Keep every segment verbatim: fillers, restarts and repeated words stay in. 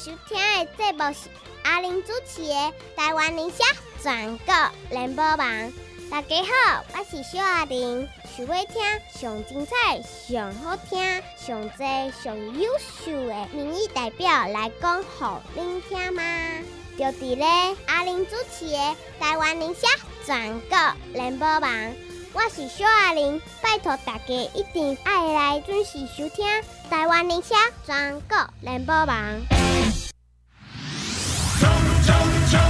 收听的节目是阿玲主持的《台湾理社全国联播网》。大家好，我是小阿玲，想要听上精彩、上好听、上多、上优秀的民意代表来讲，给您听吗？就伫咧阿玲主持的《台湾理社全国联播网》。我是小阿玲，拜托大家一定要来准时收听台湾理社全国联播网。 冲冲冲！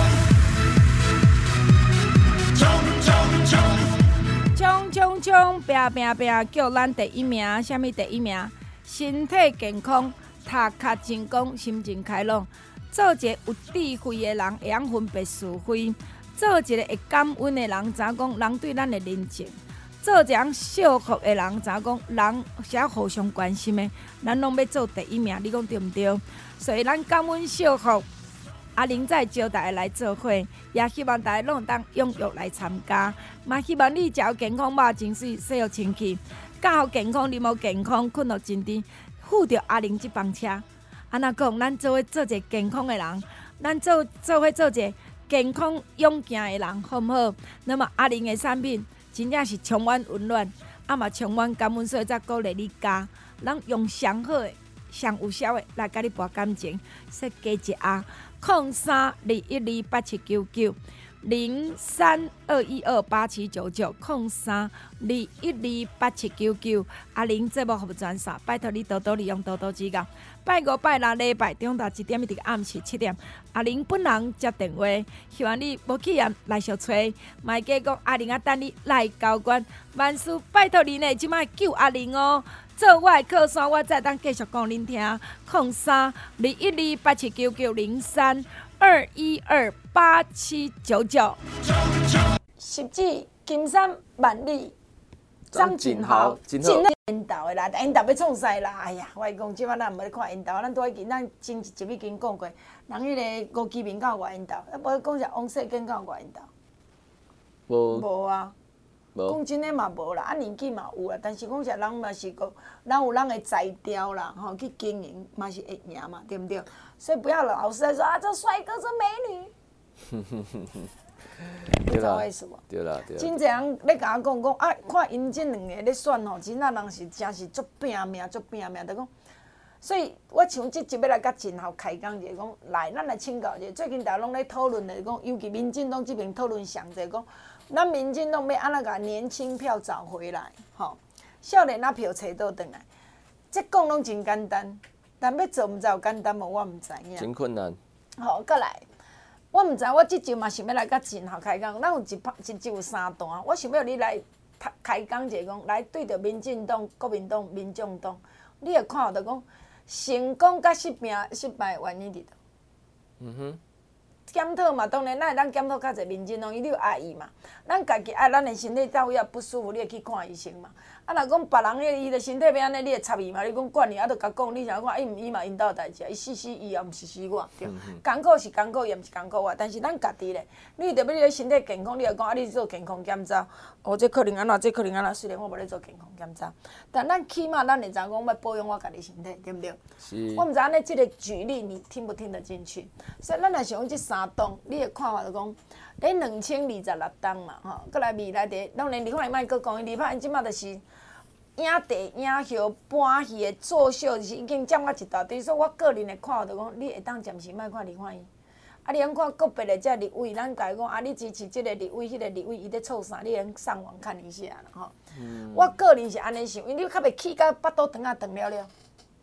冲冲冲！ 冲冲冲！拼拼拼！叫咱第一名，啥物第一名？身体健康，读壳成功，心情开朗，做一个有智慧的人，会晓分别是非。做一个会感恩的人，知影讲人对咱的人情；做一个惜福的人，知影讲人是互相关心的。咱拢要做第一名，你讲对毋对？所以咱感恩惜福，阿玲在招大家来做伙，也希望大家拢当踊跃来参加。嘛希望你食健康肉真水，洗好清气，教好健康，啉好健康，困好真甜，扶着阿玲这班车。安那讲，咱做伙做一个健康的人，咱做做伙做一个健康勇健的人，好毋好？那么阿玲的产品真正是充满温暖，啊嘛充满感恩，所以才鼓励你加。咱用上好的、上有效的来甲你博感情，说加一下，零三二一二八七九九零三二一二八七九九零三二一二八七九九。阿玲节目服务专线，拜托你多多利用，多多指教。拜五、拜六、礼拜中昼一点一直到暗时七点，阿玲本人接电话，希望你无去嫌来相找，莫假讲阿玲啊等你来交关。万事拜托你呢，即摆救阿玲哦。做我的靠山，我再当继续讲恁听。零三二一二八七九九零三二一二八七九九。十指金山万里，张景豪，真的缘投的啦，缘投要创啥啦？哎呀，我讲即摆咱毋要看缘投，咱拄仔见咱前一集已经讲过，人迄个吴基明敢有外缘投，啊无讲是王世坚敢有外缘投？ 无无啊。讲真诶嘛无啦，啊年纪嘛有啦，但是讲实人嘛是讲，咱有咱诶才调啦，吼去经营嘛是会赢嘛，对不对？所以不要老是在说啊，这帅哥，这美女。你知道为什么？ 对啦，对啦。 真侪人咧甲我讲讲啊，看因这两个咧选吼，真正人是真是足拼命，足拼命，就讲。所以我像即集要来甲真豪开讲者，讲来，咱来请教者。最近大家拢咧讨论的，讲尤其民进党这边讨论上者，讲。咱民进党要安怎甲年轻票找回来？吼，少年仔票找倒转来，这讲拢真简单，但要做毋知有简单无？我毋知影。 真困难。 好，再来，我毋知，我即集嘛想要来甲真豪开讲。咱有一拍一集有三段，我想要你来开讲者，讲来对着民进党、国民党、民众党，你会看到讲成功甲失败失败的原因伫倒？嗯哼。检讨嘛，当然咱会当检讨较侪民进党，伊你有爱伊嘛。咱家己爱咱的身体到尾不舒服，你会去看医生嘛。啊，若讲别人迄伊的身体要安尼，你会插伊嘛？你讲管伊，啊，著甲讲，你想看，伊毋伊嘛因兜代志啊，伊死死伊也毋是死我，对。艰苦是艰苦，也毋是艰苦我，但是咱家己咧，你特别你的身体健康，你会讲啊，你做健康检查，哦，这可能安怎，这可能安怎。虽然我无咧做健康检查，但咱起码咱会知讲，要保养我家己身体，对毋对？ 是。 我毋知安尼即个举例你听不听得进去？所以咱若想讲即三档，你的看法就讲，咧两千二十六档嘛，吼，过来未来第，当然你看伊莫佫讲，伊立法因即马就是影帝、影后、搬戏的作秀，就是已经占我一大堆。所以我个人的看法就讲，你会当暂时莫看立法院。啊，你通看个别的遮立委，咱家讲啊，你支持即个立委、迄、那个立委，伊咧创啥？你通上网看一下啦，吼。嗯、我个人是安尼想，因为你较袂气到巴肚肠啊长了了。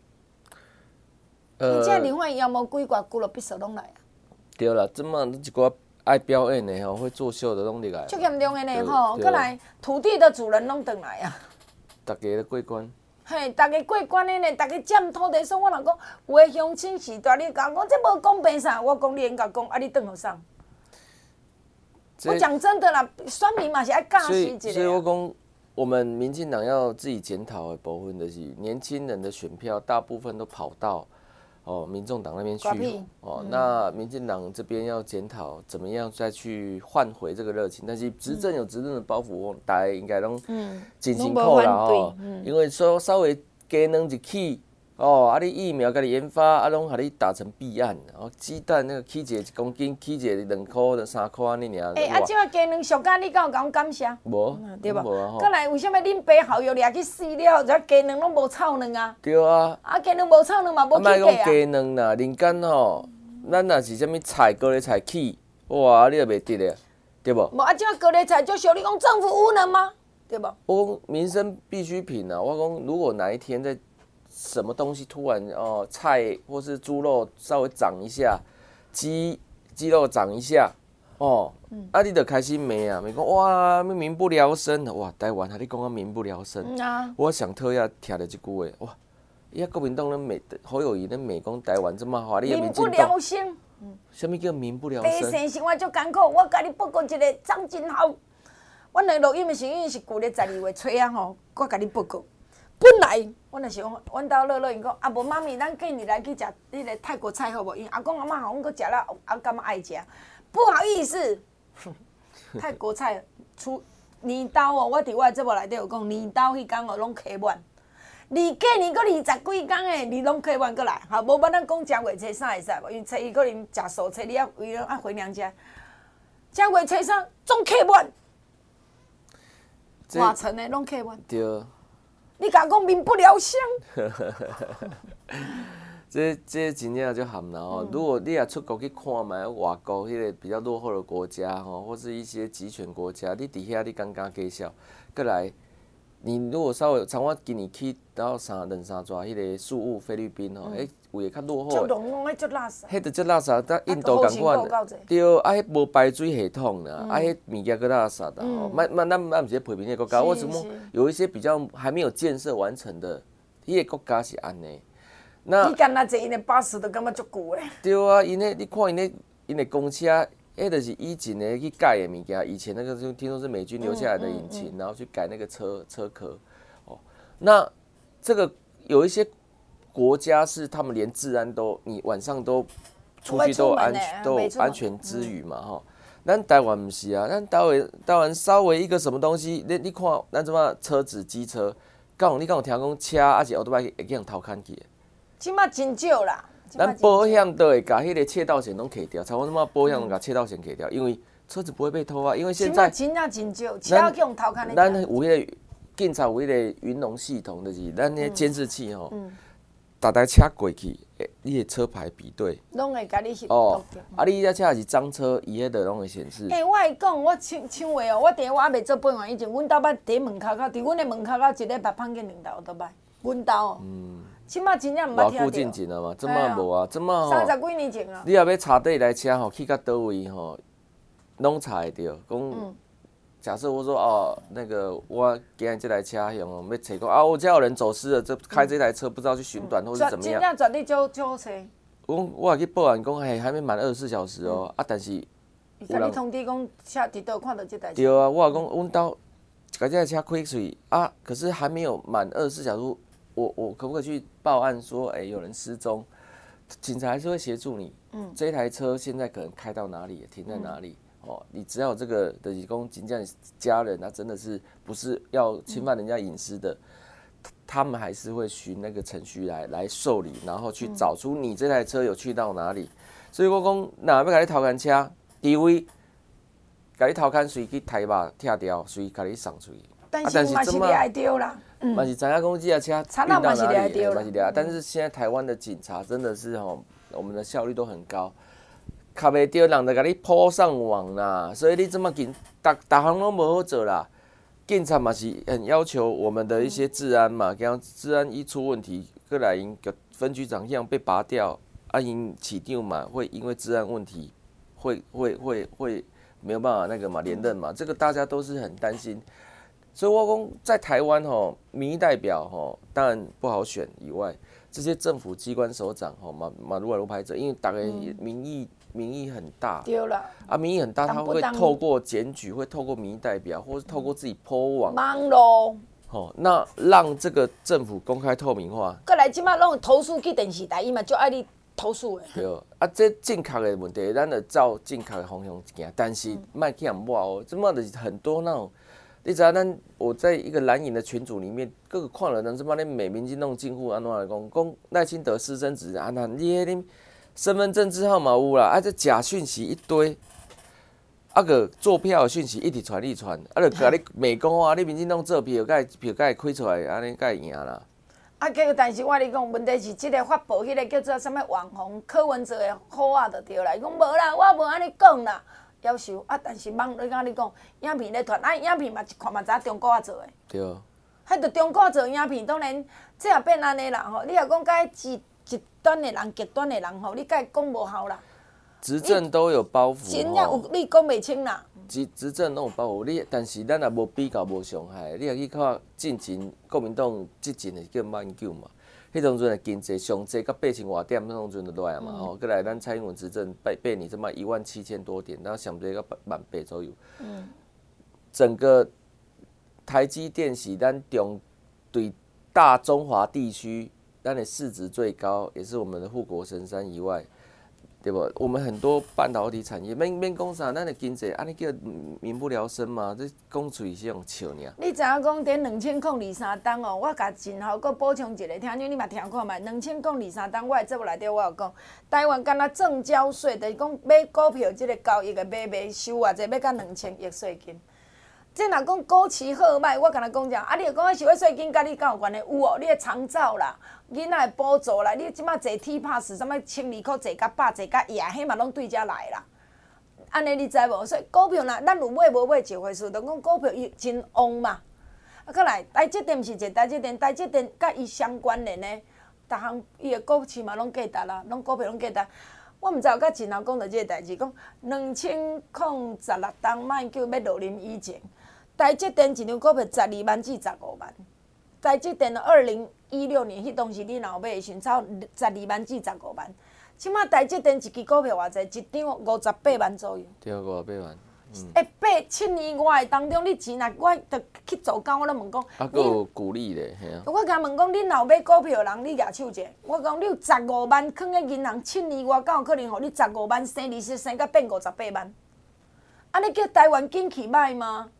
呃。即个立法院要么几挂俱乐部手拢来啊。 对啦，即马一寡爱表演的吼，会作秀的拢入来。 足严重的呢吼，过来土地的主人拢转来啊。 大家咧过关。 嘿，大家过关的呢，大家占土地，所以我若讲有的乡亲时代，你讲讲这无公平啥？我讲你应该讲，啊，你转互啥？我讲真的啦，选民嘛是爱教死一个。 所以我讲，我们民进党要自己检讨的部分，就是年轻人的选票大部分都跑到哦民众党那边去哦。嗯、那民进党这边要检讨怎么样再去换回这个热情，但是执政有执政的包袱，大家应该拢真辛苦啦哦。嗯、因为说稍微加软一起哦，啊，你疫苗甲你研发，啊，拢甲你打成弊案，然后鸡蛋那个起一个一公斤，起一个两箍、三箍安尼尔。 诶，啊，即个鸡卵俗干，你敢有甲阮感谢？ 无， 对吧？ 无啊吼。 再来，为什么恁爸后药掠去死了，这鸡卵拢无臭卵啊？ 对啊。 啊，鸡卵无臭卵嘛，无啊，莫讲起价啊。 鸡卵啦，人间吼，咱若是啥物菜，高丽菜起，哇，你就袂得咧，对无？ 无啊，即个高丽菜就属你讲政府无能吗？对无？ 我讲民生必需品啊，我讲如果哪一天在什么东西突然哦、呃、菜或是猪肉稍微涨一下，鸡鸡肉涨一下，哦，嗯、啊你就开始骂啊，骂讲哇民不聊生，哇台湾还你讲啊民不聊生， 嗯啊、 我上讨厌听到这句话，哇，伊啊国民党咧骂侯友宜咧骂讲台湾这么好，你民不聊生， 什么叫民不聊百生？ 姓生活足艰苦，我甲你报告一个张金豪，阮的录音的时阵是旧咧十二月初啊吼，我甲你报告。本来，阮就是讲，阮兜乐乐因讲，啊无妈咪，咱今日来去食迄个泰国菜好无？因阿公阿妈吼，阮搁食了，啊感觉爱食。不好意思，泰国菜出年兜哦，我伫我的节目内底有讲，年兜迄天哦拢客满，二过年搁二十几天诶，你拢客满过来，哈，无咱讲正月初三会使无？因为初一可能食素，初二啊为了爱回娘家，正月初三总客满，外城诶拢客满。 对。 你甲讲民不聊生， 这这真正就含了哦。嗯、如果你也出国去看嘛，外国迄个比较落后的国家吼，或是一些集权国家，你伫遐你敢敢介绍？过来，你如果稍微像我今年去到三两三抓迄个宿务菲律宾吼，诶、嗯，有会较落后。 足浓拢迄足垃圾。 迄著足垃圾，甲印度共款。对，啊，迄无排水系统啦，嗯、啊，迄物件搁垃圾啦吼。慢慢，咱咱毋是批评迄个国家，为什么有一些比较还没有建设完成的，迄个国家是安尼？那你干那坐因的巴士都感觉足久咧。 对啊，因咧你看因咧因的公车，迄著是以前的去改的物件，以前那个就听说是美军留下来的引擎，嗯嗯嗯、然后去改那个车车壳。哦，那这个有一些国家是他们连治安都，你晚上都出去都有安都有安全之余嘛吼。咱台湾不是啊，咱台湾台湾稍微一个什么东西，你你看咱怎么车子机车，敢有你敢有听讲车还是后头摆会去人偷看去的？ 即马真少啦。 咱保险都会把迄个窃盗险拢砍掉，像我他妈保险拢把窃盗险砍掉，因为车子不会被偷啊。因为现在真正真少，车去用偷看的。 咱有迄个警察有迄个云龙系统，就是咱迄监视器吼，逐台车过去，你的车牌比对， 拢会甲你是哦。啊，你这车是赃车，伊迄个拢会显示。 诶，我会讲，我抢抢话哦，我第一我还未做保安以前，阮兜捌伫门口口，伫阮的门口口一礼拜碰见两道倒摆，阮兜哦。嗯。即马真正毋捌听到。偌久进前啊嘛，即马无啊，即马吼。三十几年前啊。你若要查倒一台车吼，去到倒位吼，拢查会到。讲，假设我说哦，那个我今日这台车用要找讲啊，我家有人走失了，这开这台车不知道去寻短或是怎么样。真正绝对就就好找。我我也去报案讲，嘿，还没满二十四小时哦，啊，但是。伊甲你通知讲，车伫倒看到这台车。对啊，我也讲，阮兜把这台车开出去啊，可是还没有满二十四小时。我我可不可以去报案说，哎、欸，有人失踪？警察还是会协助你。嗯，这台车现在可能开到哪里，停在哪里？嗯、哦，你只要有这个的义工警将家人，他真的是不是要侵犯人家隐私的，嗯、他们还是会循那个程序来来受理，然后去找出你这台车有去到哪里。所以我讲，哪要甲你偷看车，第一位，甲你偷看，随去台吧拆掉，随甲你送出去。但是嘛是掠会着啦。嘛是知影讲这台车运到哪里，嘛是掠。但是现在台湾的警察真的是吼，我们的效率都很高，卡袂着人就甲你抛上网啦。所以你这么紧，逐逐项拢无好做啦。警察嘛是很要求我们的一些治安嘛，讲治安一出问题，过来因分局长样被拔掉，啊因市长嘛会因为治安问题，会会会会没有办法那个嘛连任嘛，这个大家都是很担心。所以我讲，在台湾吼，民意代表吼，当然不好选以外，这些政府机关首长吼，嘛嘛如来如拍者，因为大家民意民意很大，对啦，啊民意很大，他会透过检举，会透过民意代表，或是透过自己 po 网，忙咯，吼，那让这个政府公开透明化。过来即马拢投诉去电视台，伊嘛就爱你投诉的。对，啊，这正确的问题，咱就照正确的方向行，但是莫去人抹哦，即马就是很多那种。 你知影咱我在一个蓝营的群组里面，各个看了人什么咧美民进党进户安怎来讲，讲赖清德私生子啊，那你迄恁身份证字号嘛有啦，啊这假讯息一堆，啊个做票的讯息一直传一直传，啊就甲你美讲啊，你民进党做票，甲票甲会开出来，安尼甲会赢啦。 啊，结果但是我咧讲，问题是即个发布迄个叫做啥物网红柯文哲的好啊，就对啦。伊讲无啦，我无安尼讲啦。夭寿啊！但是网你讲你讲影片咧传，啊影片嘛一看嘛知影中国仔做诶。 对。 迄着中国做影片，当然这也变安尼啦吼。你若讲甲极极端的人、极端的人吼，你甲伊讲无效啦。 执政都有包袱。 真正有你讲袂清啦。 执执政拢有包袱，你但是咱也无比较无伤害。你若去看进前国民党执政的叫马英九嘛。迄当阵的经济上济甲八千外点，迄当阵就落来嘛吼。过、嗯、来咱蔡英文执政背背你这么一万七千多点，然后上济个万八左右。嗯。整个台积电是咱中对大中华地区，咱的市值最高，也是我们的护国神山以外，对不？我们很多半导体产业，免免讲啥，咱的经济安尼叫民不聊生嘛，这讲出是用笑尔。 你知影讲伫两千零二三档哦，我甲真好搁补充一个，听你嘛听看觅。两千零二三档，我的节目内底我有讲，台湾敢若证交税，就是讲买股票即个交易的买卖收偌济，要到两千亿税金。即若讲股市好歹，我甲你讲者，啊，你若讲迄收税金，甲你敢有关系？有哦，你的长照啦，囡仔的补助啦，你即摆坐 T pass， 啥物千二箍坐甲百，坐甲夜，迄嘛拢对遮来啦。安尼你知无？所以股票若咱有买无买一回事，就讲股票伊真旺嘛。啊，再来台积电是一个台积电，台积电甲伊相关联的，逐项伊的股市嘛拢价值啦，拢股票拢价值。我毋知有甲真头讲到即个代志，讲两千零十六档马英九要落任以前。台积电一张股票十二万至十五万，台积电二零一六年迄当时你若有买的时，差十二万至十五万。即马台积电一支股票偌济？一张五十八万左右。 对，五十八万。 嗯。诶，八七年外的当中，你钱若我着去做工，我咧问讲。 啊，佫有鼓励咧，嘿啊。 我甲问讲，你若有买股票的人，你举手者。我讲你有十五万囥咧银行，七年外，敢有可能互你十五万生利息生甲变五十八万？安尼叫台湾景气歹吗？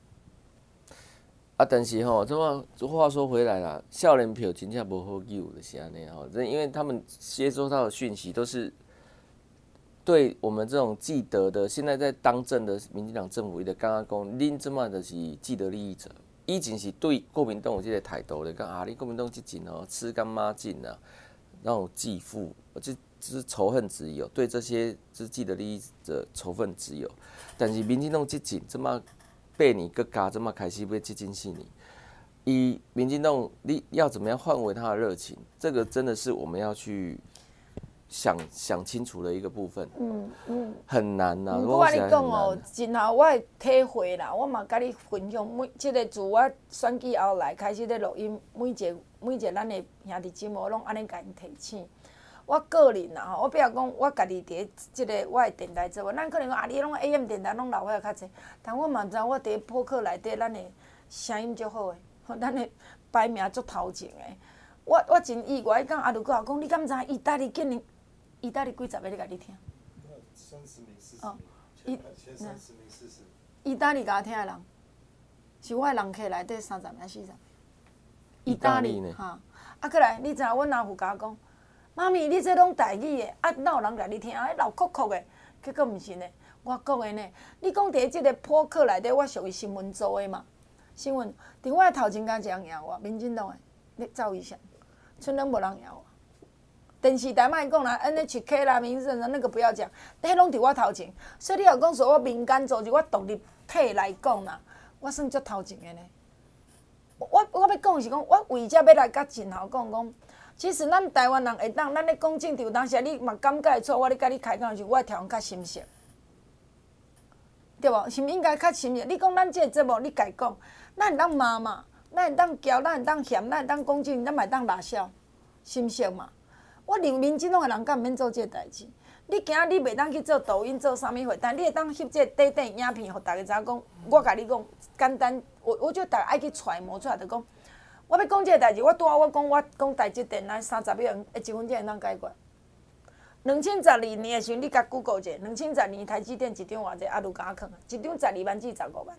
啊，但是吼，这话话说回来啦，少年票真正无好有就是安尼吼，因为他们接收到的讯息都是对我们这种既得的，现在在当政的民进党政府，伊就感觉讲，恁即马就是既得利益者，以前是对国民党有这个态度的，讲啊，你国民党这阵哦，吃干抹净啊，那种继父，这是仇恨值有，对这些是既得利益者仇恨值有，但是民进党这阵即马。八年搁加这么开始要接近四年，以民进党你要怎么样换回他的热情？这个真的是我们要去想想清楚的一个部分。嗯嗯，很难呐、啊。 不过我跟你讲哦，真好，我的体会啦，我嘛甲你分享每即、这个自我选举后来开始咧录音，每一个每一个咱的兄弟姊妹拢安尼甲因提醒。我个人啦吼，我比如讲，我家己伫即个我的电台做，咱可能讲啊，你拢 A M 电台拢老伙较济，但我嘛知我伫播客内底，咱的声音足好诶，咱的排名足头前诶。我我真意外，伊讲啊，如果讲你敢知意大利竟然意大利几十个咧甲你听？ 三十名、四十名，前前三十名、四十名。 意大利甲我听诶人，是我诶人客内底三十名、四十名。意大利哈，啊，过来，你知影阮阿父甲我讲。妈咪，你这拢台语的，啊，哪有人甲你听？啊，老哭哭的，结果毋是呢。我讲的呢，你讲伫即个播客内底，我属于新闻组的嘛。新闻，伫我头前敢一人赢我，民进党的，你赵一翔，剩拢无人赢我。电视台莫讲啦 ，N H K 啦，民生那个不要讲，迄拢伫我头前。所以你若讲说我民间组织，我独立体来讲啦，我算足头前的呢。我我要讲是讲，我为遮要来甲真豪讲讲。其实咱台湾人会当，咱咧讲政治，有当时你嘛感觉会错。我咧甲你开讲的时候，我会调较深色，对无？是毋应该较深色？你讲咱即个节目，你家讲，咱会当骂嘛，咱会当骄，咱会当嫌，咱会当讲正，咱嘛会当骂笑，深色嘛。我认为民进党的人敢毋免做即个代志。你今仔你袂当去做抖音，做啥物货，但你会当翕即个短短影片，互大家知影讲。我甲你讲，简单，我我觉得大家爱去揣摩出来，就讲。我要讲即个代志，我拄仔我讲我讲台积电咱三十秒，一分钟会当解决。两千十二年的时阵，你甲 Google 者，两千十二年台积电一张偌济，啊，如敢囥啊，一张十二万至十五万。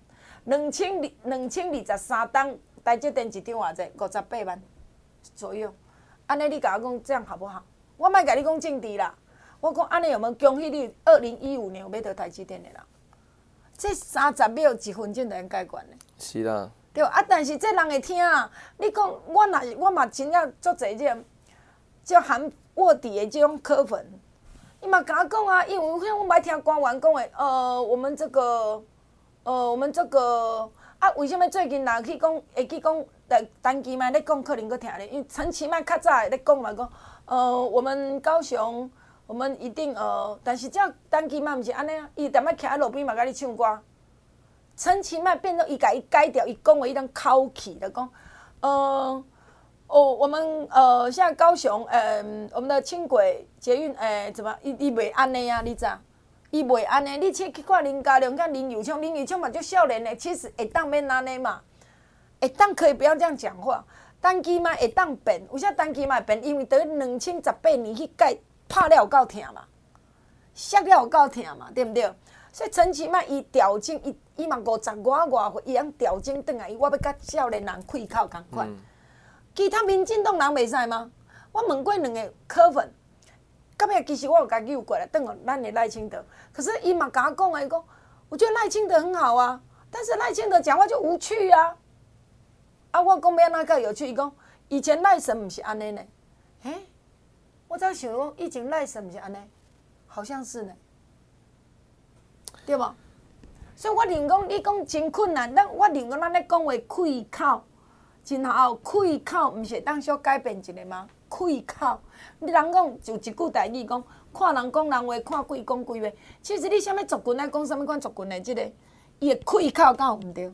两千二两千二十三档台积电一张偌济？五十八万左右。安尼你甲我讲这样好不好？我莫甲你讲政治啦，我讲安尼有没有恭喜你？二零一五年有买到台积电的人，这三十秒一分钟就能解决呢。 是啦。 对啊，但是这人会听啊。你讲我若我嘛真正足侪这叫含卧底的这种科粉，伊嘛甲我讲啊，因为我我歹听官员讲的，呃，我们这个，呃，我们这个啊，为什么最近若去讲会去讲，呃，单机嘛咧讲，可能佫听咧，因为陈其迈较早咧讲嘛讲，呃，我们高雄，我们一定呃，但是这单机嘛毋是安尼啊，伊踮咧徛喺路边嘛甲你唱歌。陈其迈变成伊甲伊改掉，伊讲话伊当口气的讲，呃，哦，我们呃现在高雄，呃，我们的轻轨捷运，呃，怎么伊伊袂安尼啊？你知？伊袂安尼，你去去看林佳龙、看林友聪，林友聪嘛就少年的，其实会当免安尼嘛，会当可以不要这样讲话。单机嘛会当变，为啥单机嘛会变？因为在两千十八年去改拍了有够疼嘛，摔了有够疼嘛，对不对？所以陈其迈伊调整，伊伊嘛五十外外岁，伊通调整转来，伊我要甲少年人开口共款。嗯、其他民进党人袂使吗？我问过两个科粉，到尾其实我有家己有过来，转互咱的赖清德。可是伊嘛甲我讲诶，讲我觉得赖清德很好啊，但是赖清德讲话就无趣啊。啊，我讲要安怎有趣？伊讲以前赖神毋是安尼呢。嘿、欸，我在想讲以前赖神毋是安尼，好像是呢。对无？所以我认讲你讲真困难，但我认讲咱咧讲话开口真好，开口毋是当小改变一个吗？开口，你人讲就一句台语讲，看人讲人话，看鬼讲鬼话。其实你啥物族群来讲啥物款族群的即、这个，伊的开口敢有毋对？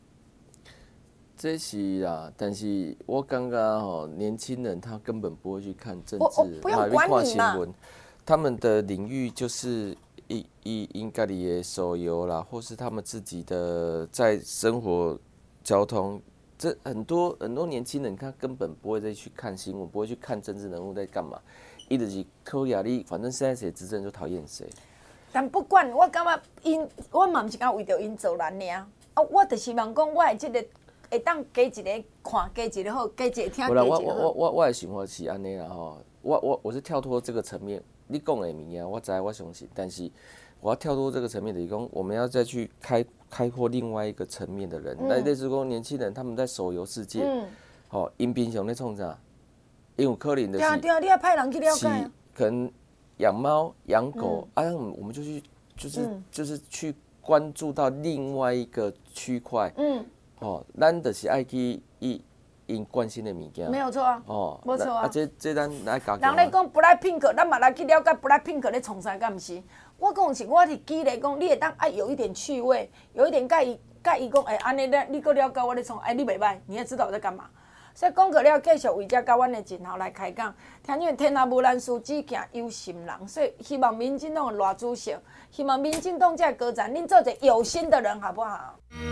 这是啦，但是我感觉吼，年轻人他根本不会去看政我我治， 不用管看你嘛新闻，他们的领域就是。因因因家己的手游啦，或是他们自己的在生活、交通，这很多很多年轻人他根本不会再去看新闻，不会去看政治人物在干嘛，伊就是靠压力，反正现在谁执政就讨厌谁。 但不管，我感觉因，我嘛毋是讲为着因做人尔，啊，我就希望讲我的即、这个会当加一个看，加一个好，加一个听，加一个好。 我我我我我的想法是安尼啦吼，我我我是跳脱这个层面。你讲的物件，我知我相信，但是我要跳脱这个层面的，讲我们要再去开开阔另外一个层面的人，那、嗯、类似讲年轻人他们在手游世界，嗯，吼，因平常咧创啥？因为可能的是，对啊对啊，你要派人去了解、啊， 可能养猫养狗，嗯、啊，我们就去就是、嗯、就是去关注到另外一个区块，嗯，吼，咱就是爱去伊。因关心的物件， 没有错啊，哦，没错啊。 啊，这这咱来讲。 人咧讲 Blackpink， 咱嘛来去了解 Blackpink 咧创啥，敢毋是？我讲是，我是举例讲，你会当爱有一点趣味，有一点介伊介伊讲，哎，安尼咧，你搁了解我咧创，哎，你袂歹，你也知道我在干嘛。所以讲过了，继续为遮甲阮的前后来开讲。听见天下无难事，只惊有心人。所以希望民进党的赖主席，希望民进党这歌站，恁做一个有心的人，好不好？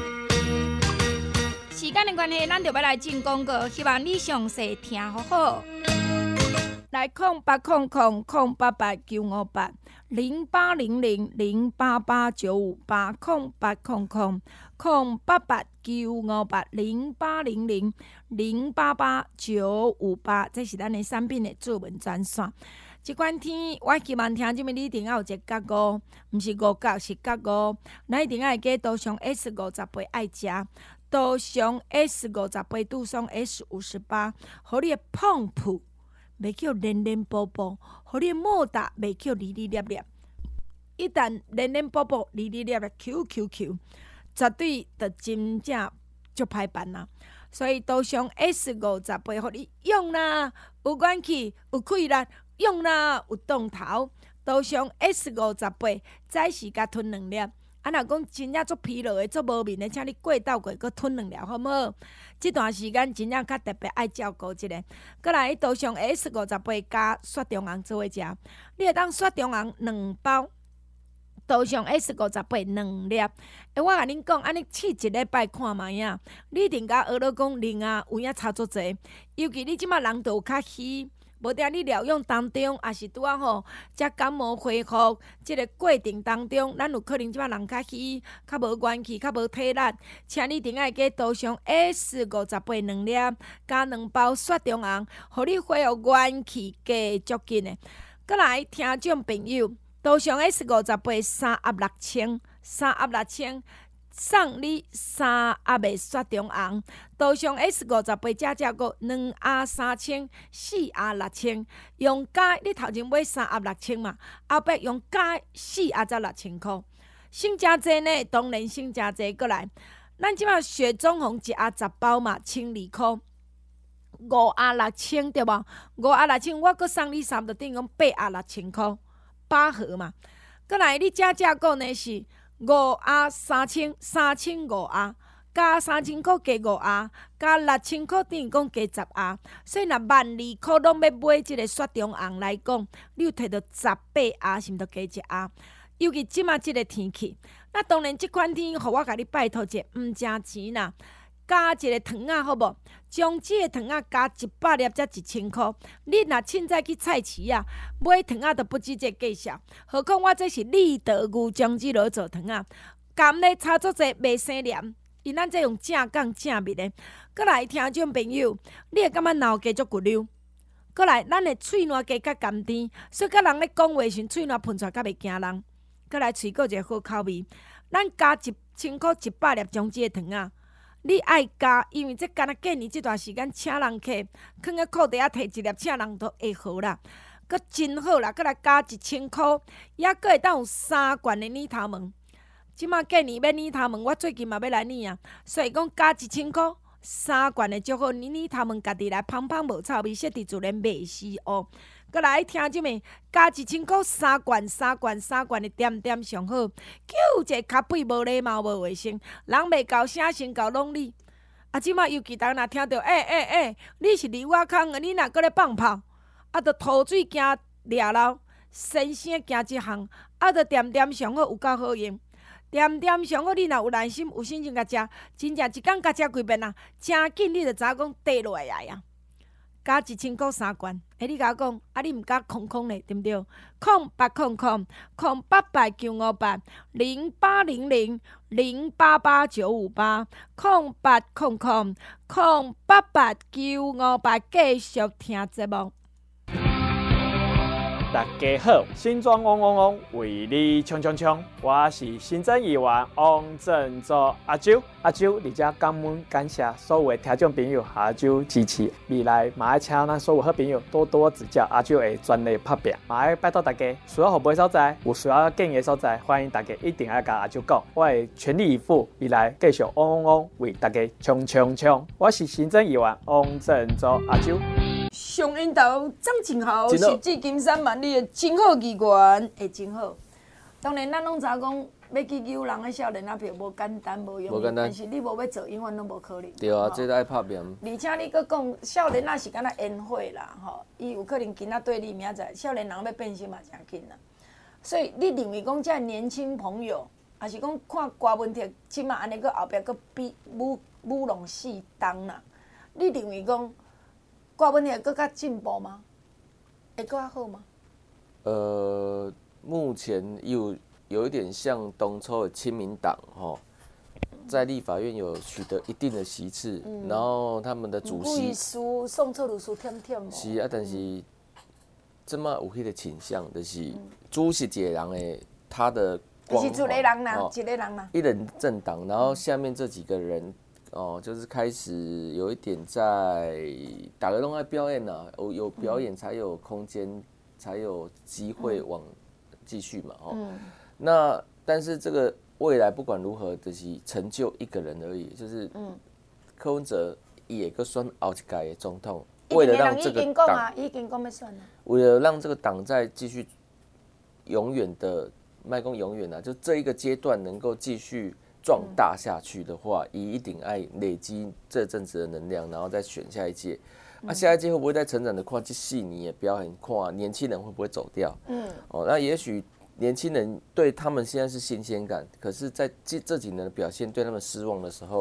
时间的关系，咱就要来进广告，希望你详细听好好。 来空八空空空八八九五八零八零零零八八九五八空八空空空八八九五八零八零零零八八九五八，这是咱的产品的主文专线。即款天，我希望听即物你一定要有一个角五，毋是五角是角五，咱一定要加多上 S 五十八爱食。多上 S 五十八，拄上 S 五十八，互你的碰扑袂叫连连波波，互你的莫达袂叫哩哩粒粒。一旦连连波波、哩哩粒粒 Q Q Q， 绝对就真正足歹办啦。所以多上 S 五十八，互你用啦，有元气，有气力，用啦，有动头。多上 S 五十八，早时甲吞两粒。啊，若讲真正足疲劳的、足无眠的，请你过倒过，搁吞两粒，好毋好？即段时间真正较特别爱照顾一下。搁来多上 S 五十八加雪中红做伙食，你会当雪中红两包，多上 S 五十八两粒。诶，我甲恁讲，安尼试一礼拜看卖影，你一定甲学了讲零啊，有影差足济。尤其你即马人就有较虚。 无定你疗养当中，也是拄啊吼，才感冒恢复即个过程当中，咱有可能即摆人较虚，较无元气，较无体力，请你顶爱加多上 S 五十八两粒，加两包雪中红，互你恢复元气加足紧的。过来，听众朋友，多上 S 五十八三盒六千，三盒六千。送你三盒的雪中红，多上 S 五十八加价个两盒三千，四盒六千。用加你头前买三盒六千嘛，后壁用加四盒才六千块。省真济呢，当然省真济。过来，咱即摆雪中红一盒十包嘛，千二块。五盒六千对无？五盒六千，我阁送你三，就等于讲八盒六千块，八盒嘛。过来，你加价个呢是？五盒三千，三千五盒，加三千块加五盒，加六千块等于讲加十盒。所以若万二块拢要买即个雪中红来讲，你有摕到十八盒，是毋着加一盒？尤其即马即个天气，那当然即款天，互我甲你拜托一下，毋争钱啦。加一个糖仔好无？将即个糖仔加一百粒才一千块。你若凊彩去菜市啊，买糖仔都不止这价钱。何况我这是立德牛姜子螺做糖仔，甘咧炒作者袂生黏，因咱这用正港正密的。过来，听众朋友，你会感觉脑加足骨溜？过来，咱的喙烂加较甘甜，所以甲人咧讲话时，喙烂喷出来较袂惊人。过来，喙个一个好口味，咱加一千块一百粒姜子的糖仔。你爱加，因为这敢若过年这段时间请人客，囥个裤底仔摕一粒，请人都会好啦，佮真好啦。佮来加一千块，也佮会当有三罐的黏头毛。即马过年要黏头毛，我最近嘛要来黏啊，所以讲加一千块，三罐的足好，黏黏头毛家己来芳芳无臭味，色地自然袂死哦。佮来听即面加一千块，三罐三罐三罐的点点上好，叫一个较肥无礼貌无卫生，人袂高声先高拢你。啊，即马尤其当若听到，诶诶诶，你是离我空的，你若搁咧放炮，啊，着吐水惊掠漏，先生惊即项，啊，着点点上好有够好用。点点上好，你若有耐心，有心情甲食，真正一工甲食几遍啊，真紧你着知影讲跌落来啊！加一千块三罐，哎，你甲我讲，啊，你毋加空空嘞，对毋对？空八空空空八八九五八零八零零零八八九五八空八空空空八八九五八，继续听节目。 大家好，新庄嗡嗡嗡为你冲冲冲，我是新增议员王振洲阿周。阿周，而家感恩感谢所有的听众朋友阿周支持，未来嘛爱请咱所有好朋友多多指教阿周的专业拍拼，嘛爱拜托大家，需要互补的所在，有需要建议的所在，欢迎大家一定要甲阿周讲，我会全力以赴，未来继续嗡嗡嗡为大家冲冲冲。我是新增议员王振洲阿周。 上引头长真好，是至金山万里的真好议员，会真好。当然，咱拢知影讲要去救人的少年仔票无简单，无容易，但是你无要做，永远拢无可能。 对啊，这个爱拍拼。 而且你佫讲少年仔是敢若烟火啦，吼，伊有可能今仔对你，明仔载少年人要变心嘛，真紧啦。所以你认为讲这年轻朋友，还是讲看歌文题，即马安尼佫后壁佫比舞舞弄四档啦？你认为讲？歌文题会更加进步吗？会更加好吗？ 呃，目前有有一点像当初的亲民党吼，在立法院有取得一定的席次，嗯、然后他们的主席输宋楚瑜输忝忝。 是啊，但是即马有迄个倾向，就是主席一个人的他的光环， 是一个人啦，哦、一个人啦， 一人政党，然后下面这几个人。哦，就是开始有一点在大家都爱表演呐、啊，有有表演才有空间，才有机会往继续嘛。哦，嗯、那但是这个未来不管如何，就是成就一个人而已，就是柯文哲也个选后一届的总统，为了让这个党， 已经讲要选了， 为了让这个党再继续永远的，卖讲永远啊，就这一个阶段能够继续。壮大下去的话，一一定爱累积这阵子的能量，然后再选下一届。嗯、啊，下一届会不会再成长的看这四年的表演，看年轻人会不会走掉？嗯，哦，那也许年轻人对他们现在是新鲜感，可是在这这几年的表现对他们失望的时候，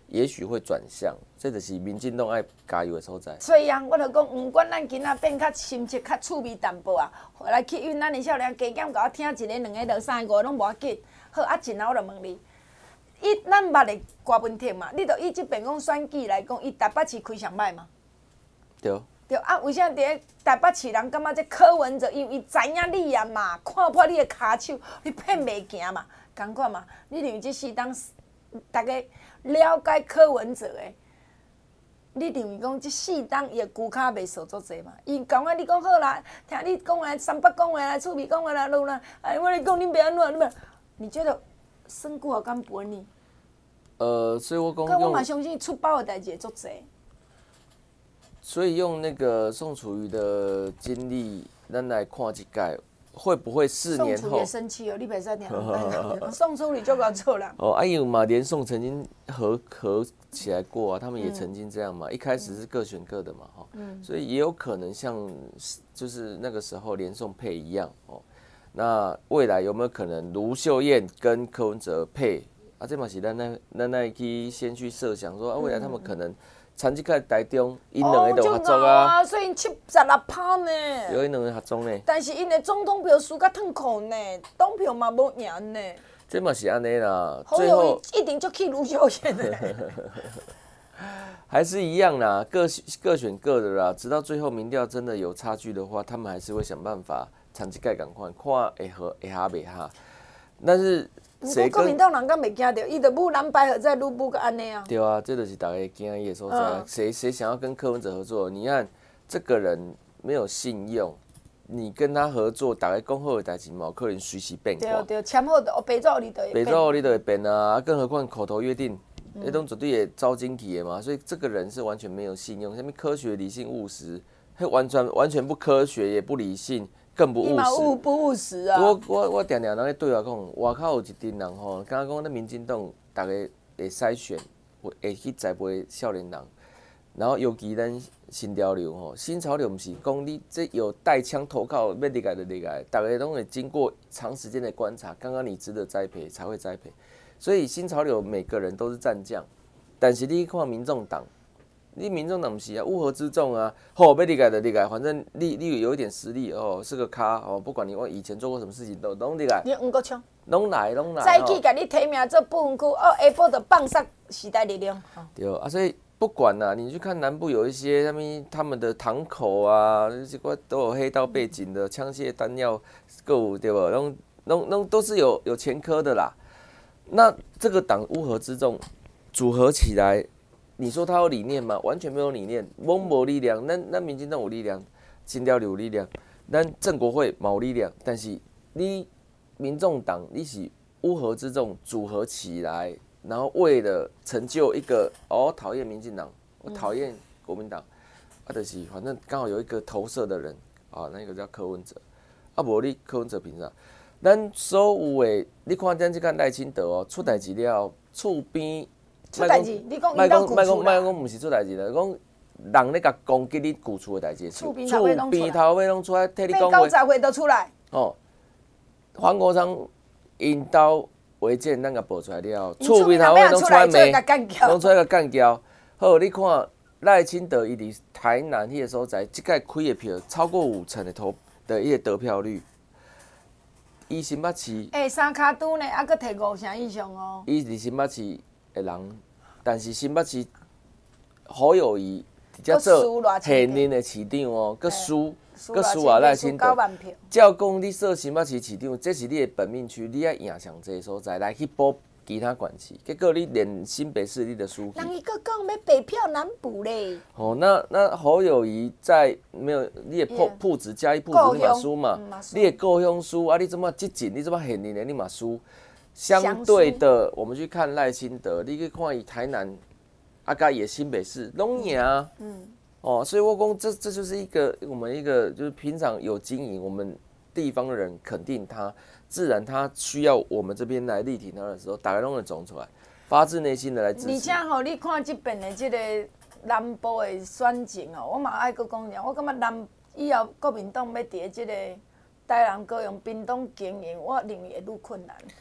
也许会转向，这就是民进党爱加油的所在。 所以啊，我就讲，不管咱囡仔变较心切、较趣味淡薄啊，来去因咱的少年加减，甲我听一个、两个、两三个拢无要紧。好啊，真啊，我就问你，伊咱捌的郭文婷嘛？你著以即边讲选举来讲，伊台北市开上歹嘛？ 对。 对啊，为啥伫咧台北市人感觉这柯文哲，因为伊知影你啊嘛，看破你的骹手，你骗袂行嘛？共款嘛？你认为这四党大家了解柯文哲的？你认为讲这四党伊的骨卡袂受足济嘛？伊讲啊，你讲好啦，听你讲来，三八讲的啦，趣味讲的啦，路啦，哎，我咧讲你袂安怎，你袂？你觉得胜过敢不你？ 呃，所以我讲， 可我嘛相信出包的代志会足济。 所以用那个宋楚瑜的经历，咱来看这届会不会四年后？ 宋楚瑜生气哦，你袂使听。宋楚瑜就搞错了。 哦，啊，因为嘛，连宋曾经合合起来过啊，他们也曾经这样嘛。嗯、一开始是各选各的嘛，哈、嗯，所以也有可能像就是那个时候连宋配一样哦。那未来有没有可能卢秀燕跟柯文哲配？啊，这嘛是咱那咱那去先去设想说啊，未来他们可能。参即届台中，因两个就合作啊， 哦、所以七十六趴呢。 有因两个合作呢。 但是因的总统票输甲痛苦呢，党票嘛无赢呢。 这嘛是安尼啦， 最后一定就去卢秀燕的。 还是一样啦，各各选各的啦，直到最后民调真的有差距的话，他们还是会想办法参即届赶快看会合会合袂合，但是。 不过国民党人敢袂惊着，伊着母蓝白合再愈母个安尼啊。 对啊，这就是大家惊伊的所在。谁谁想要跟柯文哲合作？你看这个人没有信用，你跟他合作，大家讲好的代志嘛，可能随时变卦。 对对，签好的，白纸你就会变。 白纸你就会变啊，更何况口头约定，那种绝对会招惊喜的嘛。所以这个人是完全没有信用，什么科学、理性、务实，完全完全不科学，也不理性。更不务实， 务不务实啊！ 我我我常常人咧对我讲，外口有一群人吼，刚刚讲咧民进党，大家会筛选，会去栽培少年人，然后尤其咱新潮流吼，新潮流毋是讲你这有带枪投靠要入来就入来，大家拢会经过长时间的观察，刚刚你值得栽培才会栽培，所以新潮流每个人都是战将，但是你看民众党。你民众党不是啊，乌合之众啊，吼、哦，要立来就立来，反正你你有一点实力哦，是个咖哦，不管你我以前做过什么事情都拢立来。 你黄国昌， 拢来拢来。 早起甲你提名做不分区，哦，下晡就放杀时代力量。 对啊，所以不管啦、啊，你去看南部有一些他们他们的堂口啊，这个都有黑道背景的，枪械弹药够对吧？拢拢拢都是有有前科的啦。那这个党乌合之众组合起来。你说他有理念吗？完全没有理念，蒙没力量。那那民进党有力量，新潮流有力量，咱郑国会冇力量。但是你民众党你是乌合之众组合起来，然后为了成就一个哦，讨厌民进党，我讨厌国民党，啊，就是反正刚好有一个投射的人啊，那个叫柯文哲，啊，无你柯文哲凭啥？咱所有的，你看咱这个赖清德哦，出代志了，厝边。 出代志，你讲伊当古厝啦。 莫讲莫讲，毋是出代志啦，讲人咧甲攻击你古厝的代志。 厝边头尾拢出来，替你讲话。 八九十岁都出来。 哦，黄国昌因兜违建，咱甲报出来了，厝边头尾拢出来骂，拢出来甲干交。好，你看赖清德伊伫台南迄个所在，即届开的票超过五成的投的迄个得票率。伊新北市。 诶，三卡都呢，还佫摕五成以上哦。 伊伫新北市。的人，但是新北市侯友宜在做现任的市长哦，佮输，佮输啊赖清德。照讲你做新北市市长，这是你的本命区，你要赢上这所在来去补其他管区。结果你连新北市你的输。 人伊佫讲要北漂南部嘞。 哦，那那侯友宜在没有你的铺铺子加一铺子你嘛输嘛，你的故乡输啊，你怎么激进？你怎么现任的你嘛输？相对的，我们去看赖清德，你去看以台南，啊，甲也新北市拢赢啊。嗯。哦，所以我讲这这就是一个我们一个就是平常有经营，我们地方的人肯定他，自然他需要我们这边来力挺他的时候，大家都会走出来，发自内心的来支持。 而且吼，你看这边的这个南部的选情哦，我嘛爱搁讲讲，我感觉南以后国民党要伫这个台南高雄、屏东经营，我认为会愈困难。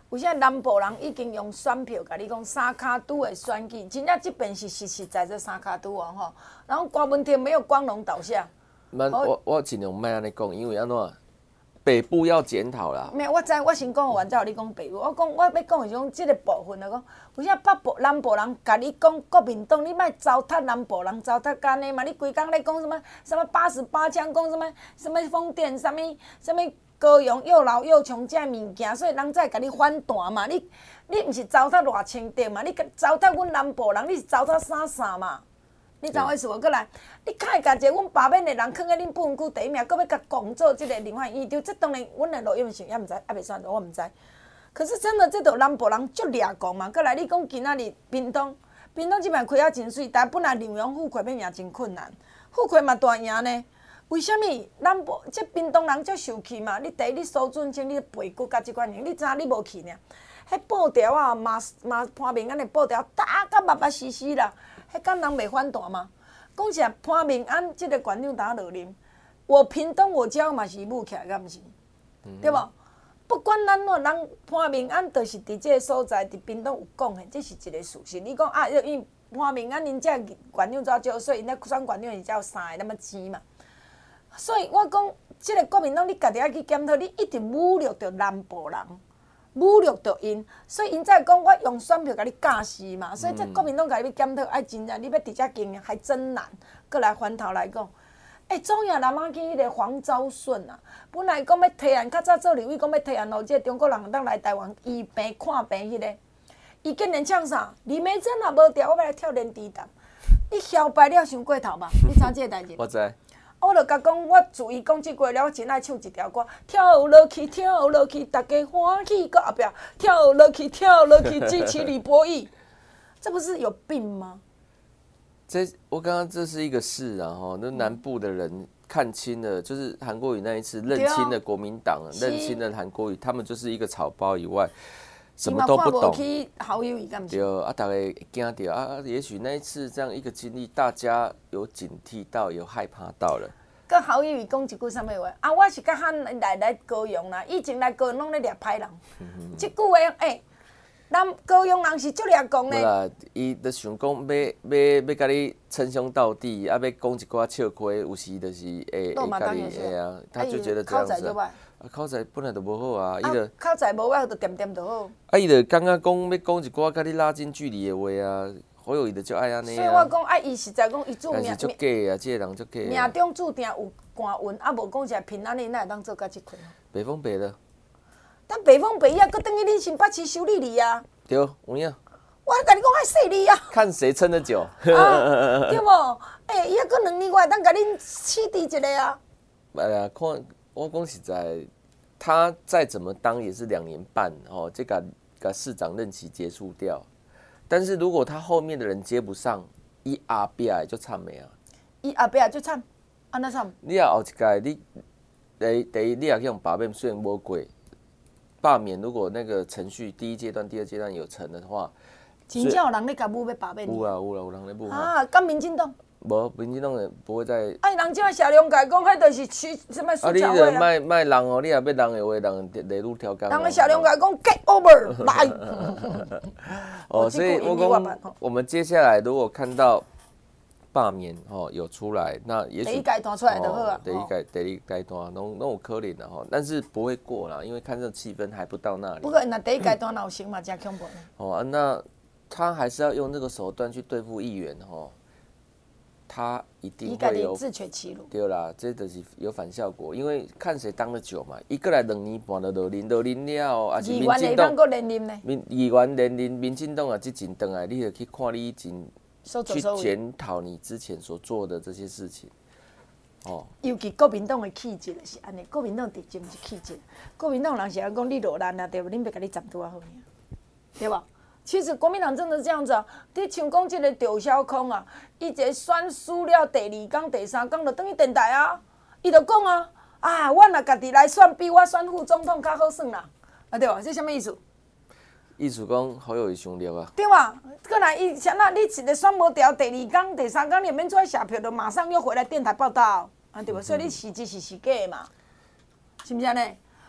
有些南部人已经用选票，甲你讲三卡都的选举，真正这边是实实在在三卡都哦吼。然后关文天没有光荣倒下。 咱我我尽量莫安尼讲，因为安怎？北部要检讨啦。 没有，我知，我先讲完，再有你讲北部。我讲，我要讲的种即个部分来讲，为啥北部南部人甲你讲国民党，你莫糟蹋南部人，糟蹋干呢嘛？你规工咧讲什么什么八十八枪，讲什么什么风电，什么什么高雄又老又穷这物件，所以人才甲你反弹嘛。你你毋是糟蹋偌清德嘛？你糟蹋阮南部人，你是糟蹋啥啥嘛？你知我意思无？过来，你开甲一个阮罢免的人囥喺恁不分区第一名，搁要甲讲做即个林焕院长，这当然阮的录音是也毋知，也袂算，我毋知。可是真的，这都南部人足掠讲嘛。过来，你讲今仔日屏东，屏东即边开啊真水，但本来刘洋富亏要赢真困难，富亏嘛大赢呢。为虾米南部即屏东人足受气嘛？你第一，你苏俊清，你背骨甲即款人，你知影你无去呢？迄布条啊，嘛嘛潘明安的布条打甲密密实实啦。迄敢人袂反弹吗？讲实潘明安即个馆长打落啉，我屏东我家嘛是舞起来，敢毋是？嗯、对无？不管咱怎，人潘明安就是伫即个所在，伫屏东有贡献，这是一个事实。你讲啊，因为潘明安因遮馆长怎少，所以因咧选馆长是才有三个那么钱嘛。所以我讲，即个国民党你家己爱去检讨，你一直侮辱着南部人。侮辱着因，所以因才讲我用选票甲你教死嘛。所以这国民党家己要检讨，爱真正你要直接经营还真难。过来翻头来讲，诶、欸，中亚南马去迄个黄昭顺啊，本来讲要提案，较早做立委讲要提案，互即个中国人当来台湾医病看病迄、那个，伊竟然唱啥？李梅珍也无调，我要来跳连池潭。你摇摆了伤过头吧？你知即个代志？ 我知。 我就甲讲，我自伊讲即句了，我真爱唱一条歌，跳落去，跳落去，大家欢喜到后壁，跳落去，跳落去，支持李博义，这不是有病吗？ 这我刚刚这是一个事啊，哈，那南部的人看清了，就是韩国瑜那一次认清了国民党，认清了韩国瑜，他们就是一个草包以外。什么都不懂，对啊，大家惊到啊，也许那一次这样一个经历，大家有警惕到，有害怕到了。 跟侯友宜讲一句啥物话？啊，我是甲喊来来高雄啦，以前来高雄拢咧掠歹人。即、嗯、句话，诶、欸，咱高雄人是足掠讲咧。 无啦，伊就想讲要要要甲你称兄道弟，啊，要讲一寡笑话，有时就是会会甲你会啊，他就觉得这样子、啊。啊，口才本来就无好啊，伊就口才无我就点点就好。 啊，伊就感觉讲要讲一寡甲你拉近距离的话啊，好友伊就足爱安尼啊。 所以我讲，啊，伊实在讲伊注命。 但是足假啊，即、這個人足假。 命中注定有官运，啊无讲一下平安的，哪会当做甲即块？ 北风北的。 但北风北啊，搁等于恁新北市修理你啊。 对，有影。 我甲你讲爱说你啊。 看谁撑得久。 啊、对无？诶、欸，伊还搁两年，我会当甲恁起底一个啊。 哎呀，看。我讲实在，他再怎么当也是两年半哦，这个个市长任期结束掉。但是如果他后面的人接不上，伊后壁就惨没啊！ 伊后壁就惨，安那惨？ 你啊后一届，你第第一，你也去用罢免，虽然无过罢免，如果那个程序第一阶段、第二阶段有成的话， 真正有人咧甲舞要罢免？ 有啊有啦，有人咧舞啊！敢民进党？ 无，民进党也不会再。 哎，人即摆小龙甲讲，迄就是区什么苏巧慧啊，你著卖卖人哦，你也要人的话，人内路调岗。 人的小龙甲讲 get over 来。 哦，所以我讲，我们接下来如果看到罢免哦有出来，那也许第一阶段出来就好啊。 第一阶第一阶段拢拢有可能的吼，但是不会过啦，因为看这气氛还不到那里。 不过那第一阶段有成嘛，真恐怖。 哦啊，那他还是要用这个手段去对付议员吼。他一定会有自取其辱， 对啦，这就是有反效果，因为看谁当得久嘛。一个来两年半就落任，落任了，啊是民进党，民议员连任，民进党啊，即前回来，你就去看你以前去检讨你之前所做的这些事情。哦， 尤其国民党的气质就是安尼，国民党直接是气质，国民党人是讲你落难啊，对无？恁要甲你站拄啊好，对无？其实国民党真的是这样子啊！你像讲这个赵少康啊，伊一个选输了第二天、第三天就等于电台啊，伊就讲啊，啊，我若家己来选，比我选副总统较好算啦，啊对吧？这什么意思？ 意思讲好有伤劣啊。 对吧？过来伊像那你一个选无掉，第二天、第三天你免出来写票，就马上又回来电台报道，啊对吧？所以你是真是是假嘛？是不是安尼？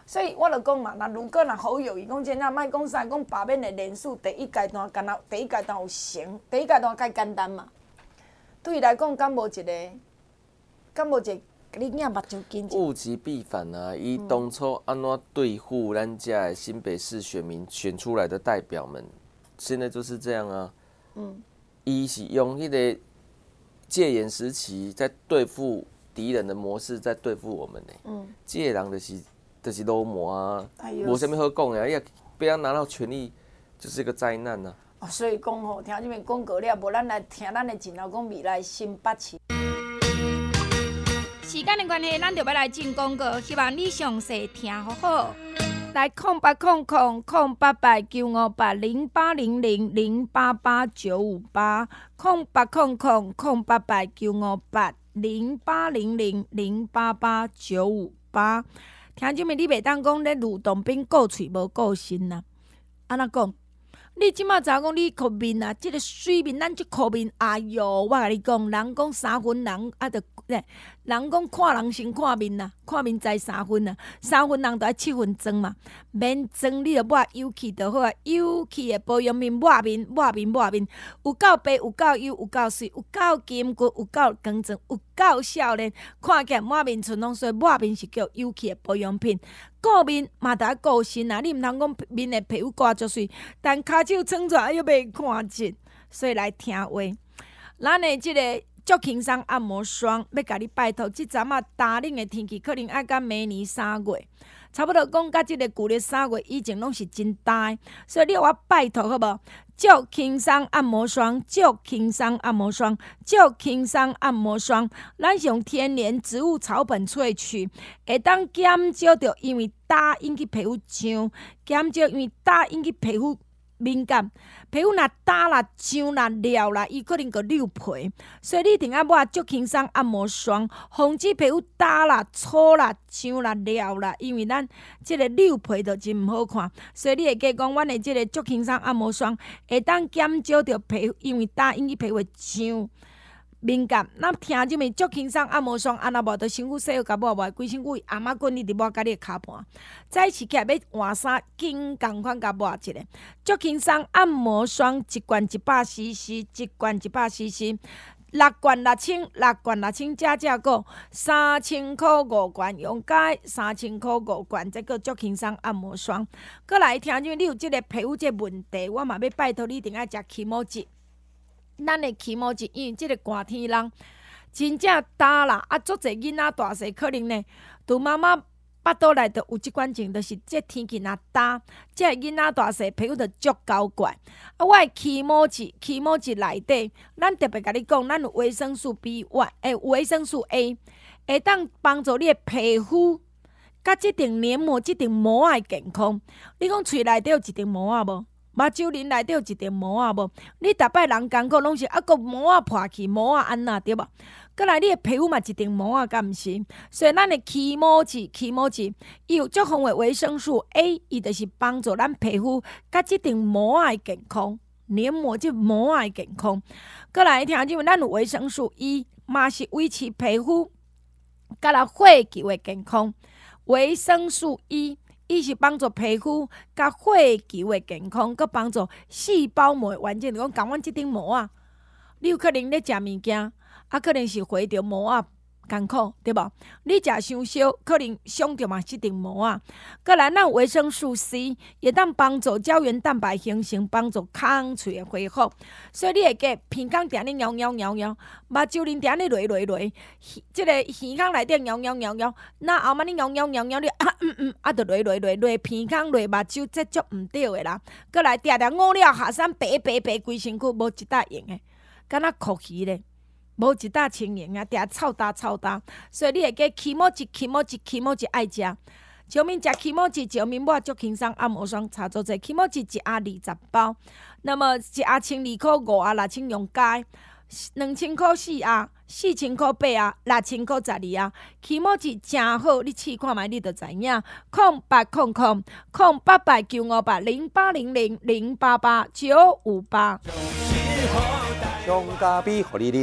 所以我就讲嘛，若如果若好友伊讲真正，莫讲啥，讲罢免的人数第一阶段，干那第一阶段有成，第一阶段介简单嘛。对伊来讲，敢无一个，敢无一个你囝目睭紧。 物极必反啊！伊当初安怎对付咱家的新北市选民选出来的代表们，现在就是这样啊。嗯。伊是用迄个戒严时期在对付敌人的模式，在对付我们呢。嗯。这个人就是。就是罗魔啊，无啥物好讲的，伊被他拿到权力，就是一个灾难啊。 哦，所以讲吼，听这边广告了，无咱来听咱的前头讲未来新北市。 时间的关系，咱就要来进广告，希望你详细听好好。 来空八空空空八八九五八零八零零零八八九五八空八空空空八八九五八零八零零零八八九五八。听即面，你袂当讲咧蠕动边顾喙无顾身呐？安怎讲？你即马知影讲你哭面啊，即、這个水面咱即哭面，哎哟！我甲你讲，人讲三分人啊，着咧，人讲看人先看面呐，看面知三分啊，三分人着爱七分装嘛，免装你着抹油漆就好啊，油漆的保养品抹面抹面抹面，有够白，有够油，有够水，有够金骨，有够光泽，有够少年，看起来抹面纯拢说抹面是叫油漆的保养品。顾面嘛得爱顾身啊！你毋通讲面的皮肤刮足水，但骹手撑出来又袂看净，所以来听话。咱的即个足轻松按摩霜，要甲你拜托，即阵啊，打冷的天气可能爱到明年三月，差不多讲到即个旧历三月以前拢是真大，所以你我拜托好无？足轻松按摩霜，足轻松按摩霜，足轻松按摩霜，咱是用天然植物草本萃取，会当减少着因为打引起皮肤痒，减少因为打引起皮肤敏感，皮肤若打啦、痒啦、撩啦，伊可能个溜皮，所以你一定要抹足轻松按摩霜，防止皮肤打啦、粗啦、痒啦、撩啦，因为咱即个溜皮就真毋好看，所以你会记讲，阮的即个足轻松按摩霜会当减少着皮肤因为打引起皮肤的痒。敏感，咱听即面足轻松按摩霜，安那无着身躯洗好甲抹抹，规身躯阿妈滚你伫抹甲你的骹盘，早起起来要换衫，紧共款甲抹一个足轻松按摩霜，一罐一百 C C， 一罐一百 C C， 六罐六千，六罐六千加价购三千块五罐，用解三千块五罐，这个足轻松按摩霜。过来听即面，你有即个皮肤这问题，我嘛要拜托你一定要食起毛剂。咱的起毛剂，因为即个寒天人真正打啦，啊，足侪囡仔大细可能呢，拄妈妈腹肚内头有即款症，就是即天气若打，即个囡仔大细皮肤就足高怪。啊，我的起毛剂，起毛剂内底，咱特别甲你讲，咱有维生素 B 一， 诶，维生素 A， 会当帮助你的皮肤，甲即层黏膜、即层膜仔健康。你讲喙内底有一层膜仔无？目睭鳞内底有一层膜仔无？你逐摆人艰苦拢是啊，个膜仔破去，膜仔安那对无？过来，你的皮肤嘛一层膜仔，敢毋是？所以咱的起毛剂，起毛剂伊有足丰的维生素 A， 伊就是帮助咱皮肤甲即层膜仔健康，黏膜即膜仔健康。过来听即，咱有维生素 E， 嘛是维持皮肤甲咱火球的健康。维生素 E。伊是帮助皮肤甲火球的健康，佮帮助细胞膜的完整。就讲，共阮即顶膜啊，你有可能咧食物件，啊，可能是毁着膜啊，艰苦对无？你食伤少，可能伤着嘛即顶膜啊。佮来，咱维生素 C 也当帮助胶原蛋白形成，帮助空喙的恢复。所以你会记鼻孔定咧摇摇摇摇，目睭鳞定咧落落落，即个鼻孔内底摇摇摇摇，那后摆你摇摇摇摇，你啊嗯嗯啊，就落落落落鼻孔落目睭，这足毋对的啦。佮来定定五了下山白白白规身躯无一搭用的，敢若酷鱼咧。无一搭清盈啊，定臭搭臭搭，所以你会记起毛剂、起毛剂、起毛剂爱食。上面食起毛剂，上面抹足轻松按摩霜，差做者起毛剂一盒二十包，那么一盒千二块，五盒六千用解，两千块四盒，四千块八盒，六千块十二盒。起毛剂真好，你试看觅，你就知影。空八空空空八八九五八零八零零零八八九五八。 上咖啡互你啉。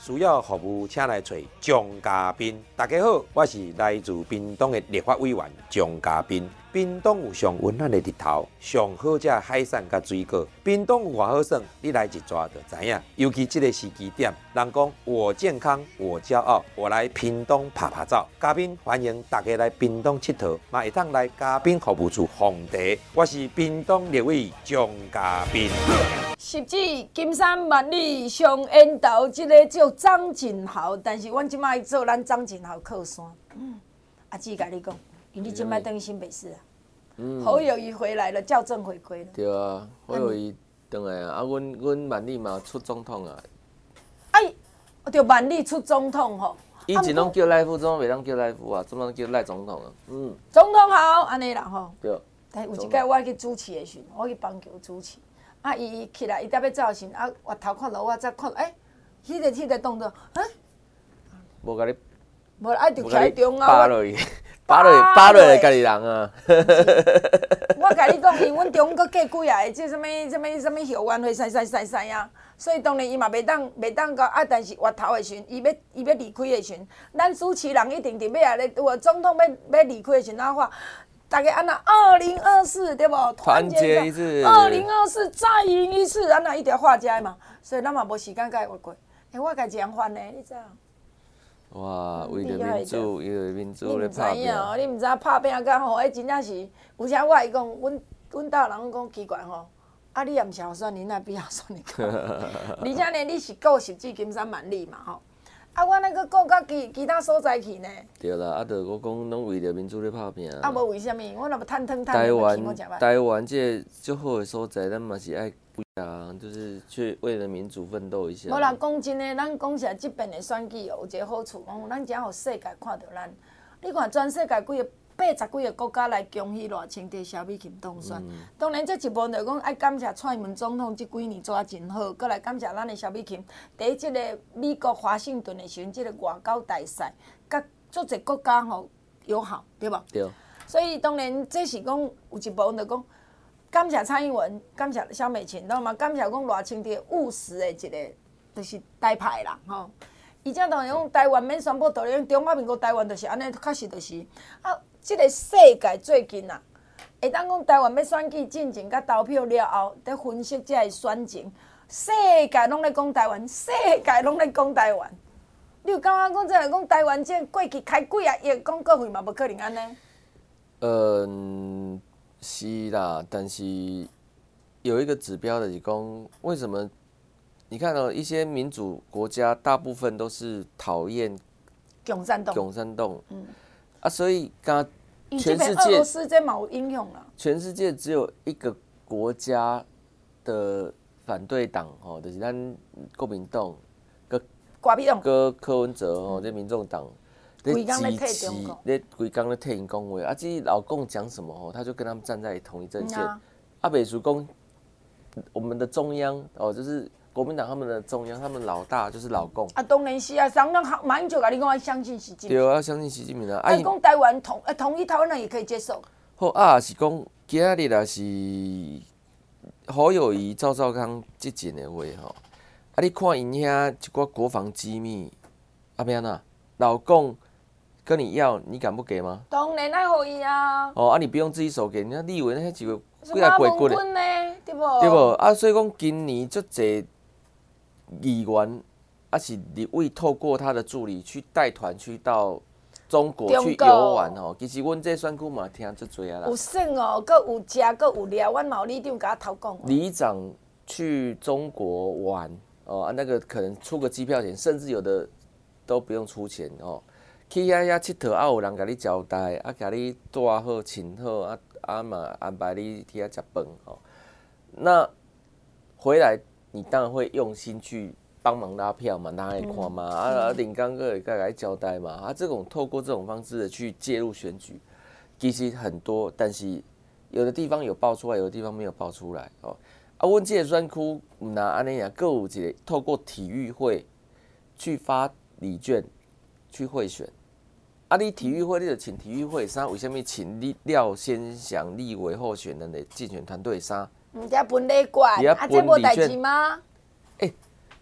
需要服务，请来找蒋家斌。大家好，我是来自屏东的立法委员蒋家斌。屏东有上温暖的日头，上好食海产甲水果。屏东有偌好耍，你来一抓就知影。尤其这个时机点，人讲我健康我骄傲，我来屏东拍拍照。嘉宾欢迎大家来屏东佚佗，嘛会当来嘉宾服务处奉茶。我是屏东立委蒋家斌。 十指金山万里上缘投，即、这个叫张锦豪，但是阮即摆做咱张锦豪靠山。嗯，阿姊甲你讲，因为你即摆等于新北市啊。嗯，侯友宜回来了，校正回归了。 对啊，侯友宜回来啊！啊，阮阮万里嘛出总统啊。 哎，着万里出总统吼。 以前拢叫赖副总统，袂当叫赖副啊，总统叫赖总统啊。嗯。 总统好，安尼啦吼。 对。 但有一届我去主持的时，我去棒球主持，啊，伊起来，伊才要走的时，啊，我头看到我才看到，哎、欸，迄、那个迄、那个动作，啊， 无甲你。 无爱就徛喺中啊。 扒落去。扒落扒落来家己人啊！ 我甲你讲，因为阮中国过几啊个，即什物什物什物校园会使使使使啊，所以当然伊嘛袂当袂当到啊，但是月头的时，伊要伊要离开的时，咱主持人一定伫尾啊咧，有总统要要离开的时，哪话大家安那二零二四对无？ 团结一致。 二零二四再赢一次，安那一定要画家嘛，所以咱嘛无时间甲伊画过。哎，我家一样翻呢，你知影？ 哇，为了民主，为了民主咧拍拼。你毋知影哦，你毋知影拍拼甲吼，迄真正是，有时我会讲，阮阮大人讲奇怪吼，啊你也毋是候选人，哪比候选人高？而且呢，你是顾十指金山万里嘛吼，啊我那个顾到其其他所在去呢。 对啦，啊，着我讲，拢为了民主咧拍拼。 啊，无为虾米？我若要趁汤趁台湾台湾这足好的所在，咱嘛是爱。啊，就是去为了民主奋斗一下。 无啦，讲真诶，咱讲实即边的选举哦，有一个好处，讲咱只互世界看到咱。你看全世界几个八十几个国家来恭喜赖清德、萧美琴当选。嗯、当然，这一部分就讲爱感谢蔡英文总统即几年做啊真好，搁来感谢咱的萧美琴。伫即个美国华盛顿的时阵，即个外交大赛，甲足侪国家吼友好，对无？ 对。 所以当然，这是讲有一部分就讲。感谢蔡英文，感谢萧美琴，然嘛感谢讲赖清德务实的一个，就是台派啦，吼。而且当然讲台湾免宣布独立，中华民国台湾就是安尼，确实就是啊，即、这个世界最近啊，会当讲台湾要选举进前甲投票了后，在分析这个选情，世界拢咧讲台湾，世界拢咧讲台湾。你有感觉讲这个讲台湾这过去开几啊亿广告费嘛，无可能安尼？ 嗯。是啦，但是有一个指标的是讲，为什么？你看哦，一些民主国家大部分都是讨厌共产党， 共产党，嗯，啊，所以刚全世界俄罗斯这冇影响啦。 全世界只有一个国家的反对党哦，就是咱国民党，跟国民党， 跟柯文哲哦，这民众党。 规工咧替中国， 咧规工咧替因讲话，啊，即老共讲什么哦，他就跟他们站在同一阵线。啊，北叔讲我们的中央哦，就是国民党他们的中央，他们老大就是老共。 啊，当然是啊，上人马英九甲你讲要相信习近平。 对啊，要相信习近平啊。 啊，讲台湾统呃统一台湾人也可以接受。 好啊，是讲今仔日啊是侯友宜、赵少康这阵的话吼，啊，你看因遐一寡国防机密，啊变哪老共。跟你要，你敢不给吗？ 当然爱互伊啊！ 哦，啊，你不用自己手给，你看立委那些几个几啊鬼骨的， 对不？ 对不？啊，所以讲今年足侪议员，啊是立委透过他的助理去带团去到中国去游玩哦。其实阮这选区嘛听足侪啊啦。 有耍哦，搁有食，搁有聊，阮嘛有里长甲我头讲。 里长去中国玩哦，啊那个可能出个机票钱，甚至有的都不用出钱哦。去遐遐佚佗，啊有人甲你招待，啊甲你带好、请好，啊啊嘛安排你去遐食饭吼。那回来你当然会用心去帮忙拉票嘛，拉来看嘛，嗯、啊领刚哥也该来交代嘛。啊这种透过这种方式的去介入选举，其实很多，但是有的地方有爆出来，有的地方没有爆出来哦。啊，阮这个选区唔拿安尼啊，各有一个透过体育会去发礼券去贿选。啊！你体育会，你就请体育会啥？为什么请廖先祥立委候选人的竞选团队啥？ 人家分礼券，啊，这无代志吗？ 哎、欸，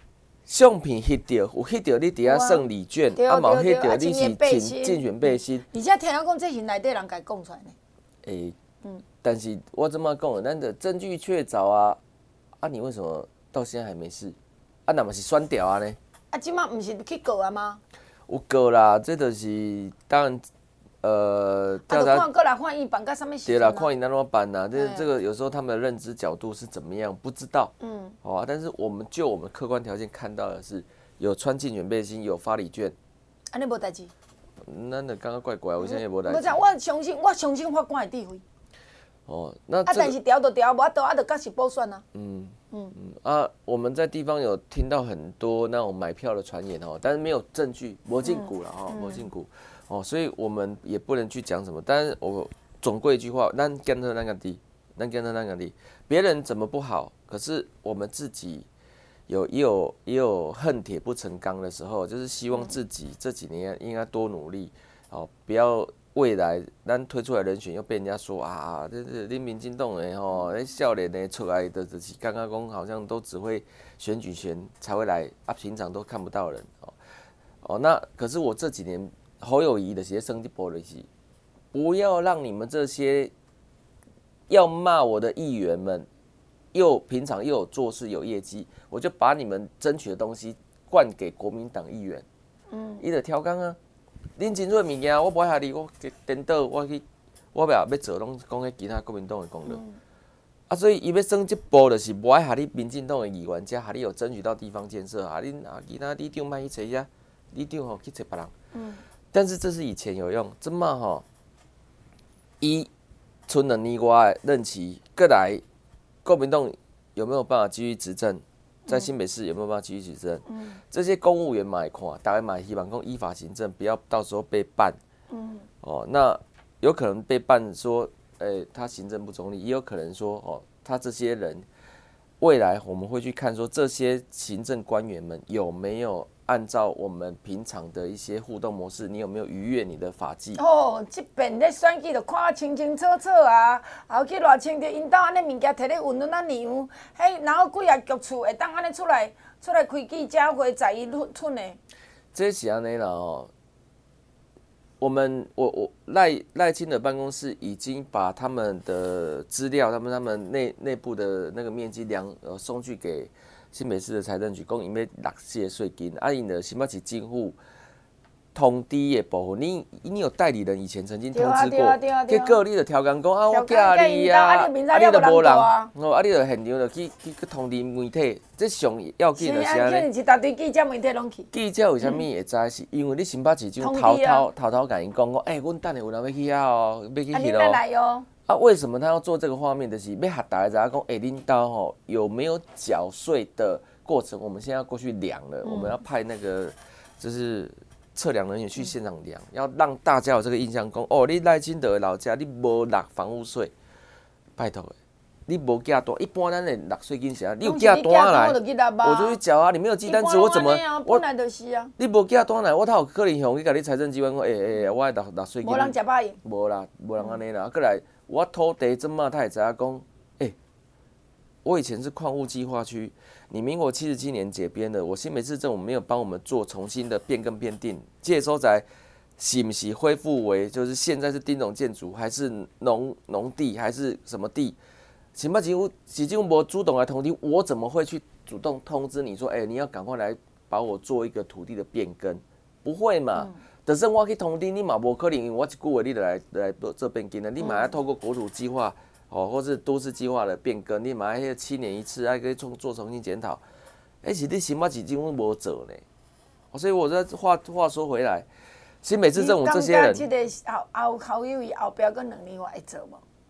相片翕到，有翕到你伫遐送礼券，啊嘛翕到你是竞竞选背心。 而且听讲这是内底人家讲出来的。 诶，嗯，但是我这么讲，咱的证据确凿啊，啊你为什么到现在还没事？啊那么是选掉啊呢？ 啊，即马毋是去告啊吗？ 有告啦，这就是当然。呃， 调查过来换一版，干什么事？ 对啦，看伊那怎办呐？这这个有时候他们的认知角度是怎么样，不知道。嗯，好啊。但是我们就我们客观条件看到的是，有穿竞选背心，有发礼券。 安尼无代志。 咱就感觉怪怪，我现在也无代志。 无错，我相信，我相信法官的智慧。 哦，那啊，但是调就调，无啊调啊，就甲是补选啊。 嗯嗯嗯啊，我们在地方有听到很多那种买票的传言哦，但是没有证据，无进股了哈，无进股。哦，所以我们也不能去讲什么，但是我总归一句话，咱跟着那个地，咱跟着那个地，别人怎么不好，可是我们自己有也有也有恨铁不成钢的时候，就是希望自己这几年应该多努力，哦，不要未来咱推出来人选又被人家说啊，这这你民进党的吼，那少年的出来的就是刚刚讲好像都只会选举选才会来啊，平常都看不到人哦哦，那可是我这几年。侯友宜的些生气波的是，不要让你们这些要骂我的议员们，又平常又有做事有业绩，我就把你们争取的东西灌给国民党议员。嗯，伊就挑工啊，恁真做物件，我不爱下你，我颠倒我去，我要要做拢讲迄其他国民党的功劳。嗯、啊，所以伊要升一步就是不爱下你民进党的议员，加下你有争取到地方建设，下恁啊其他里长卖去找遐，里长吼去找别人。嗯。但是这是以前有用，即马吼，一剩两年外的任期，过来国民党有没有办法继续执政？在新北市有没有办法继续执政？嗯、这些公务员嘛会看，大家嘛希望讲依法行政，不要到时候被办。嗯、哦，那有可能被办说，诶、欸，他行政不中立，也有可能说，哦，他这些人未来我们会去看说，这些行政官员们有没有。按照我们平常的一些互动模式，你有没有逾越你的法纪？ 哦，这边咧选举就看啊清清楚楚啊，后去偌清着因兜安尼物件摕咧运润啊娘，嘿，然后几啊局处会当安尼出来出来开记者会，在伊吞的。 这是安尼啦哦。我们我我赖赖清德办公室已经把他们的资料，他们他们内内部的那个面积量呃送去给。新北市的财政局讲，因要落些税金，啊，因的新北市政府通知的部分，你你有代理人以前曾经通知过，结果你就调工讲啊，我寄你啊，啊，你就无人，哦，啊，你就现场就去去去通知媒体，这上要紧的是安尼。 是一大堆记者媒体拢去。 记者为虾米会知？是因为你新北市政府偷偷偷偷甲因讲讲，哎，阮等下有人要去遐哦，要去迄咯。啊，为什么他要做这个画面？就是要吓大家知影讲，哎，恁兜吼有没有缴税的过程？我们现在要过去量了，嗯、我们要派那个就是测量人员去现场量，要让大家有这个印象，讲哦，你赖清德的老家你无纳房屋税，拜托的，你无寄单，一般咱的纳税金是啊，你有寄单来，我就去缴啊，你没有寄单子，我怎么我？本来就是啊，你无寄单来，我头有可能向去甲你财政机关讲，哎、欸、哎、欸，我爱纳纳税金。 无人食饱用。 无啦，无人安尼啦，过来。我土地这么，他也知影讲，哎、欸，我以前是矿物计划区，你民国七十七年解编的，我新北市政府没有帮我们做重新的变更编定，这个所在是不是恢复为就是现在是丁种建筑，还是农农地，还是什么地？新北市政府市政府主动来通知，我怎么会去主动通知你说，哎、欸，你要赶快来把我做一个土地的变更？不会嘛？嗯就算我去通知你嘛，无可能，因为我一句话你就来来做变更了。你嘛要透过国土计划，哦，或是都市计划的变更，你嘛要七年一次，还可以重做重新检讨。哎、欸，是你新北市政府无做呢。所以我这话话说回来，新北市政府这些人， 你感觉这个后后后友伊后壁搁两年外会做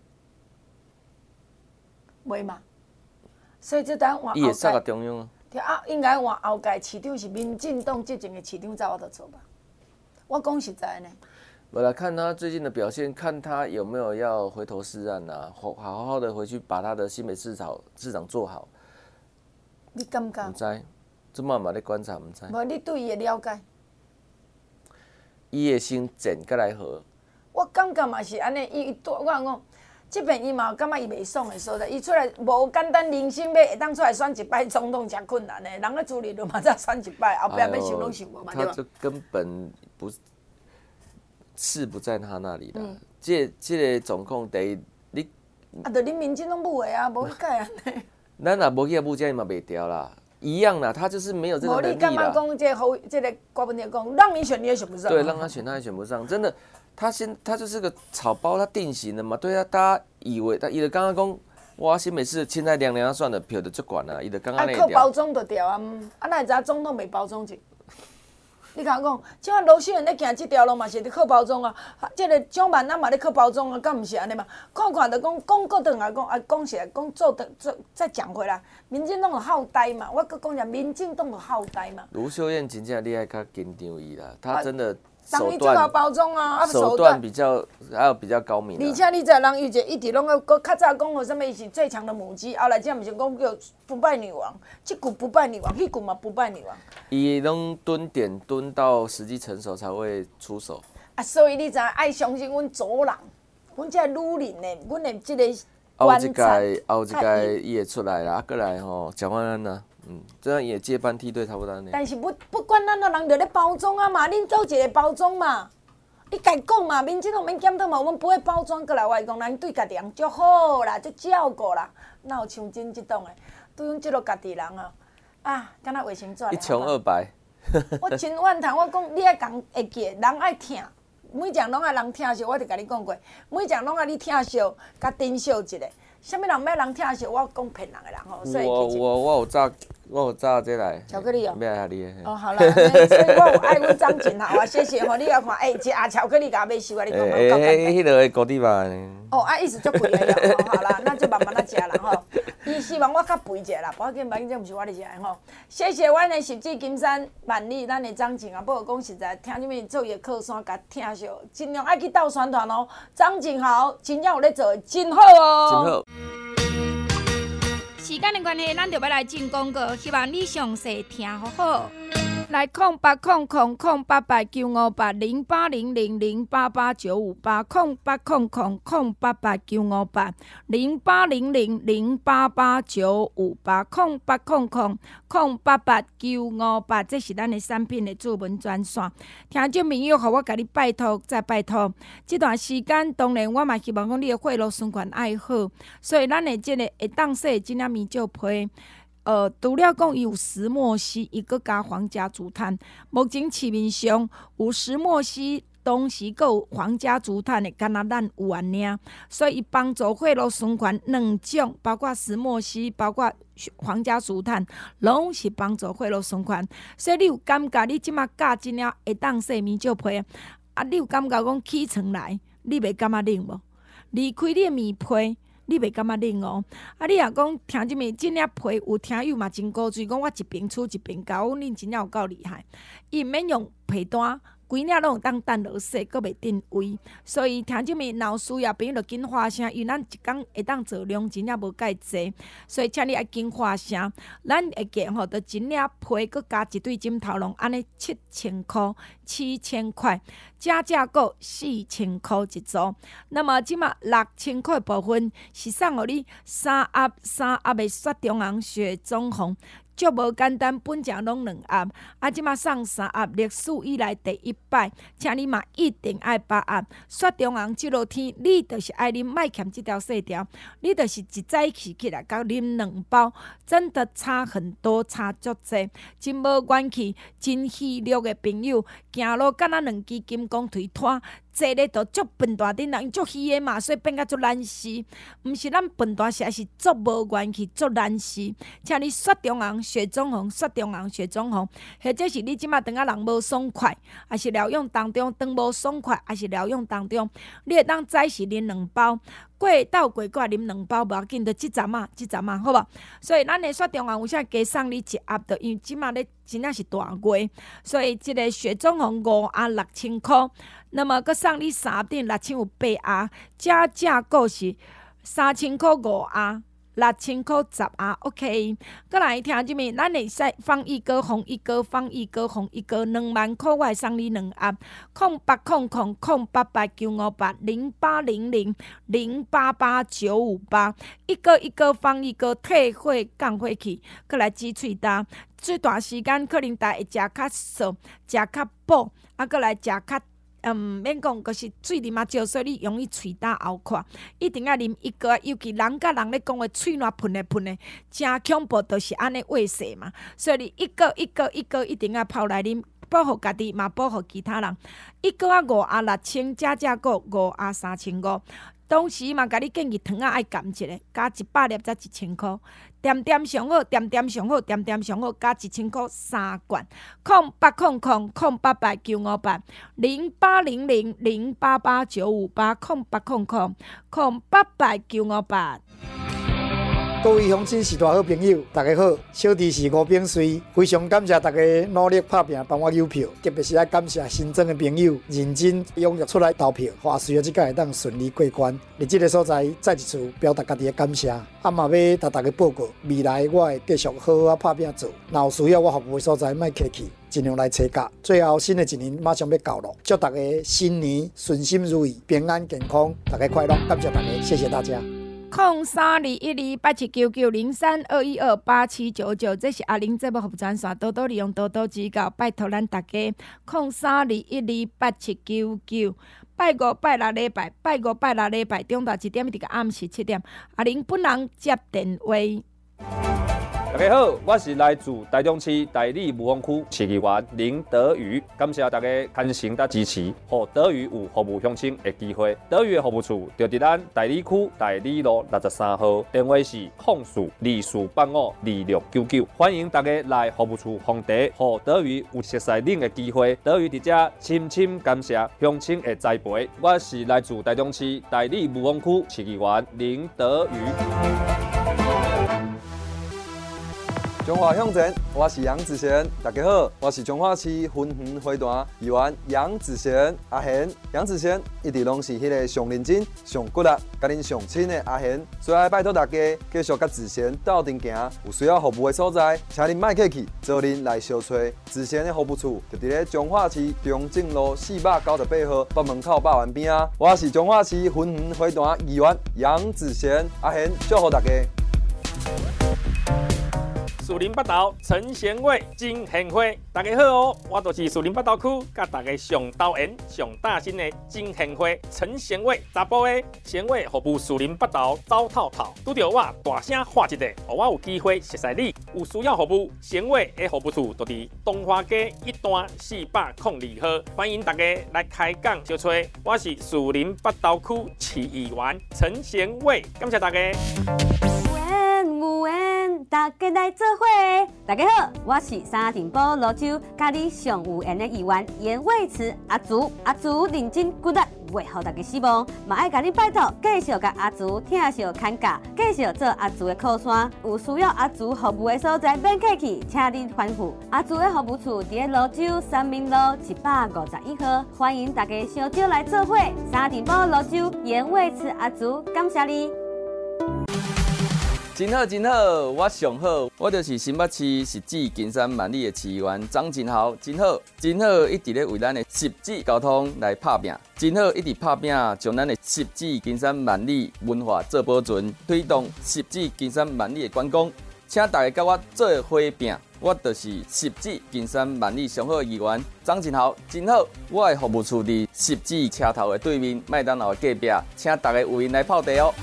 无？袂嘛。所以这单换后届。 伊会杀到中央啊。 对啊，应该换后届市长是民进党执政的市长，才有得做吧。我讲实在呢， 我来看他最近的表现，看他有没有要回头是岸啊，好好好的回去把他的新北市长市长做好。 你感觉？ 唔知，这么嘛咧观察唔知。 无你对伊的了解？ 伊的先整过来好。 我感觉嘛是安尼，伊我讲讲， 即边伊嘛感觉伊袂爽的所在，伊出来无简单，人生要会当出来选一摆总统真困难的，人咧自立就嘛再选一摆，后壁要想拢想无嘛，对吧？ 他就根本不事不在他那里啦。嗯、这这个总控第一，你啊，就恁民进拢母的啊，无去改安尼。 咱若无去母这嘛袂调啦，一样啦，他就是没有这个能力啦。 你干嘛讲这侯这个郭文哲讲，让你选你也选不上？ 对，让他选他也选不上，真的。他先，他就是个草包，他定型了嘛。对啊，大家以为他，伊就刚刚讲，哇，新北市现在凉凉算了，票就足管了，伊就刚刚那条。啊，靠包装就掉啊，啊，哪会知总统袂包装去？你甲我讲，即摆罗秀燕咧行即条路嘛是咧靠包装啊，即个蒋万安嘛咧靠包装啊，敢毋是安尼嘛？看看就讲，讲过转来讲，啊，讲起来讲做的做再讲回来，民进党就好呆嘛，我搁讲下，民进党就好呆嘛。 卢秀燕真正厉害，较紧张伊啦，她真的。 人伊做好包装啊，啊手段比较还有比较高明、啊。 而且你知人伊就一直拢个，搁较早讲个什么，伊是最强的母鸡，后来这毋是讲叫不败女王，这句不败女王，迄句嘛不败女王。 伊拢蹲点蹲到时机成熟才会出手。 啊，所以你知爱相信阮族人，阮这女人呢，阮的这个观察。 后一届，后一届伊会出来啦，啊，过来吼，蒋万安呐。嗯，这样也接班梯队差不多呢。 但是不不管咱个人就咧包装啊嘛，恁做一个包装嘛，你家讲嘛，民进党免检讨嘛，阮不会包装过来，我讲咱对家己人足好啦，足照顾啦，哪有像真即种的，对阮即落家己人啊，啊，敢若卫生纸。 一穷二白。 我真怨叹，我讲你爱讲会记，人爱听，每项拢爱人听惜，我就甲你讲过，每项拢爱你听惜，甲珍惜一下。啥物人要人听惜，我讲骗人的人吼，所以我我我有炸，我有炸这来。 巧克力哦。 要来你的。 哦，好啦，所以我有爱阮张真豪啊，谢谢吼，你来看，哎，一盒巧克力甲买收啊，你讲嘛够简单。 诶，迄个高低吧。 哦，啊，意思足贵的哦，好啦，那就慢慢仔食啦吼。伊希望我较肥者啦，无要紧，无要紧，这毋是我咧食的吼。谢谢阮的十指金山万里，咱的张静啊，不过讲实在，听什么做伊的靠山，甲听惜，尽量爱去斗宣传哦。张静豪真正有咧做，真好哦。 真好。 时间的关系，咱就要来进广告，希望你详细听好好。 来空八空空空八八九五八零八零零零八八九五八空八空空空八八九五八零八零零零八八九五八空八空空空八八九五八，这是咱的产品的主文专线。听众朋友，互我甲你拜托再拜托，这段时间当然我嘛希望讲你的血路循环爱好，所以咱的这个会当洗真仔面酒批。呃，除了讲伊有石墨烯，伊搁加皇家竹炭。目前市面上有石墨烯，同时搁有皇家竹炭的，敢若咱有安尔。所以伊帮助血路循环两种，包括石墨烯，包括皇家竹炭，拢是帮助血路循环。所以你有感觉你即马加真了会当洗面酒皮，啊，你有感觉讲起床来，你袂感觉冷无？离开你的面皮。你袂感觉冷哦？啊，你若讲听即物真正皮有听友嘛真古锥，讲我一边厝一边教，恁真正有够厉害。伊毋免用被单，规领拢有当等落洗，阁袂定位。所以听即物若有需要，朋友就紧发声，因为咱一工会当做量真正无介济，所以请你爱紧发声。咱会记吼，就真领皮，阁加一对枕头笼，安尼七千箍，七千块。加价购四千块一组，那么即马六千块部分是送互你三盒三盒的雪中红雪中红，足无简单，本价拢两盒，啊即马送三盒，历史以来第一摆，请你嘛一定爱把握。雪中红即落天，你就是爱啉，莫欠即条细条，你就是一早起起来，甲啉两包，真的差很多，差足济，真无元气，真喜乐的朋友，行路敢若两支金刚腿拖。坐咧都足笨大顶人，足虚的嘛，所以变甲足难死。毋是咱笨大，实在是足无元气，足难死。请你雪中红、雪中红、雪中红、雪中红，或者是你即马当啊人无爽快，还是疗养当中当无爽快，还是疗养当中，你会当早时啉两包。过倒过过啉两包无要紧，就即阵啊，即阵啊，好无？所以咱的雪中红有啥加送你一盒的，因为即马咧真正是大月，所以即个雪中红五盒六千箍，那么佮送你三盒顶六千有八盒，加价购是三千箍五盒。 六千块十啊 ，OK。过来听即面，咱会使放一哥、红一哥、放一哥、红一哥，两万块我会送你两盒。空八空空空八八九五八零八零零零八八九五八，一个一个放一个，退货降回去，过来挤喙焦。这段时间可能大家会食较素，食较补，啊，过来食较。嗯，免讲，就是水啉啊少，所以你容易喙焦喉渴。一定要啉一个，尤其人甲人咧讲话，喙烂喷咧喷咧，真恐怖，就是安尼喂食嘛。所以你一个一个一个一定要泡来啉，保护家己嘛，保护其他人。一个啊五啊六千，加加个五啊三千五。当时嘛，甲你建议糖啊爱减一下，加一百粒才一千箍。点点上好，点点上好，点点上好，加一千箍三罐。空八空空空八八九五八零八零零零八八九五八空八空空空八八九五八。 各位乡亲是大好朋友，大家好，小弟是吴炳瑞，非常感谢大家努力打拼帮我邮票，特别是爱感谢新增的朋友认真踊跃出来投票，话随后即个会当顺利过关。伫即个所在再一次表达家己的感谢，啊嘛要甲大家报告，未来我会继续好好啊打拼做，若有需要我服务的所在，莫客气，尽量来找教。最后新的一年马上要到了，祝大家新年顺心如意，平安健康，大家快乐，感谢大家，谢谢大家。 空三二一二八七九九零三二一二八七九九，这是阿玲节目服务专线，多多利用，多多指教，拜托咱大家。空三二一二八七九九，拜五拜六礼拜，拜五拜六礼拜，中昼一点一直到暗时七点，阿玲本人接电话。 大家好，我是来自台中市大理武丰区市议员林德瑜，感谢大家牵诚甲支持，让德瑜有服务乡亲的机会。德瑜的服务处就伫咱大理区大理路六十三号，电话是控诉二四八五二六九九，欢迎大家来服务处访茶，让德瑜有熟悉恁的机会。德瑜伫遮深深感谢乡亲的栽培。我是来自台中市大理武丰区市议员林德瑜。 中华乡镇，我是杨子贤，大家好，我是中华市云园花坛议员杨子贤阿贤。杨子贤一直拢是迄个上认真、上骨力、甲恁上亲的阿贤，所以拜托大家继续甲子贤斗阵行，有需要服务的所在，请恁莫客气，找恁来相找。子贤的服务处就伫咧中华市中正路四百九十八号北门口百万边啊。我是中华市云园花坛议员杨子贤阿贤，祝福大家。 树林北投陈贤伟金贤辉，大家好哦！我就是树林北投区，甲大家上投缘、上大心的金贤辉陈贤伟查甫的贤伟服务树林北投走透透，拄着我大声喊一个，让我有机会熟悉你。有需要服务，贤伟的服务处就伫东华街一段四百零二号，欢迎大家来开讲相找。我是树林北投区市议员陈贤伟，感谢大家。 有缘，大家来做伙。大家好，我是沙尘暴泸州甲你上有缘的议员严伟慈阿竹。阿竹认真骨力，袂互大家失望，嘛爱甲你拜托，继续甲阿竹听小看教，继续做阿竹的靠山。有需要阿竹服务的所在，免客气，请你吩咐。阿竹的服务处伫咧泸州三明路一百五十一号，欢迎大家相招来做伙。沙尘暴泸州严伟慈阿竹，感谢你。 真好真好，我上好，我就是新北市汐止金山万里的市议员张金豪，真好真好，一直咧为咱的汐止交通来拍拼，真好一直拍拼，将咱的汐止金山万里文化做保存，推动汐止金山万里的观光，请大家甲我做伙拼。我就是汐止金山万里上好议员张金豪，真好，我的服务处伫汐止车头的对面，麦当劳的隔壁，请大家有缘来泡茶哦。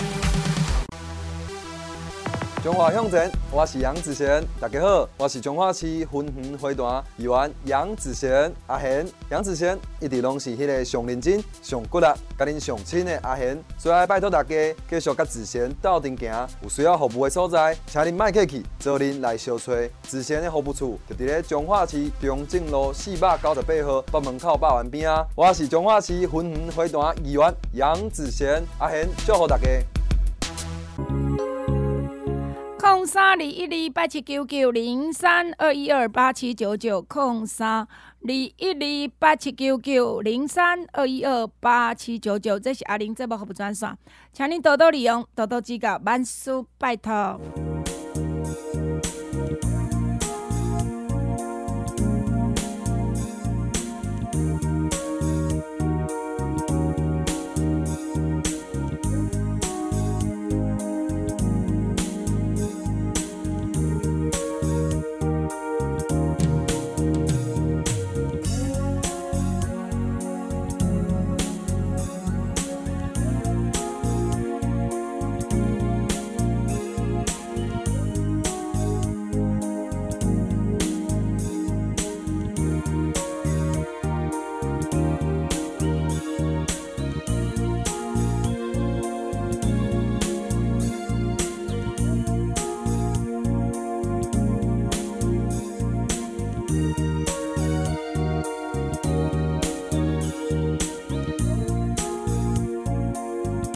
中华乡镇，我是杨子贤，大家好，我是中华市云园花坛议员杨子贤阿贤。杨子贤一直拢是迄个上认真、上骨力、甲恁上亲的阿贤，所以拜托大家继续甲子贤斗阵行，有需要服务的所在，请恁莫客气，找恁来相找。子贤的服务处就伫咧中华市中正路四百九十八号北门口百万边啊。我是中华市云园花坛议员杨子贤阿贤，祝福大家。 空三二一二八七九九零三二一二八七九九空三二二一二八七九九零三二一二八七九九，这是阿玲节目服务专线，请您多多利用，多多指教，万事拜托。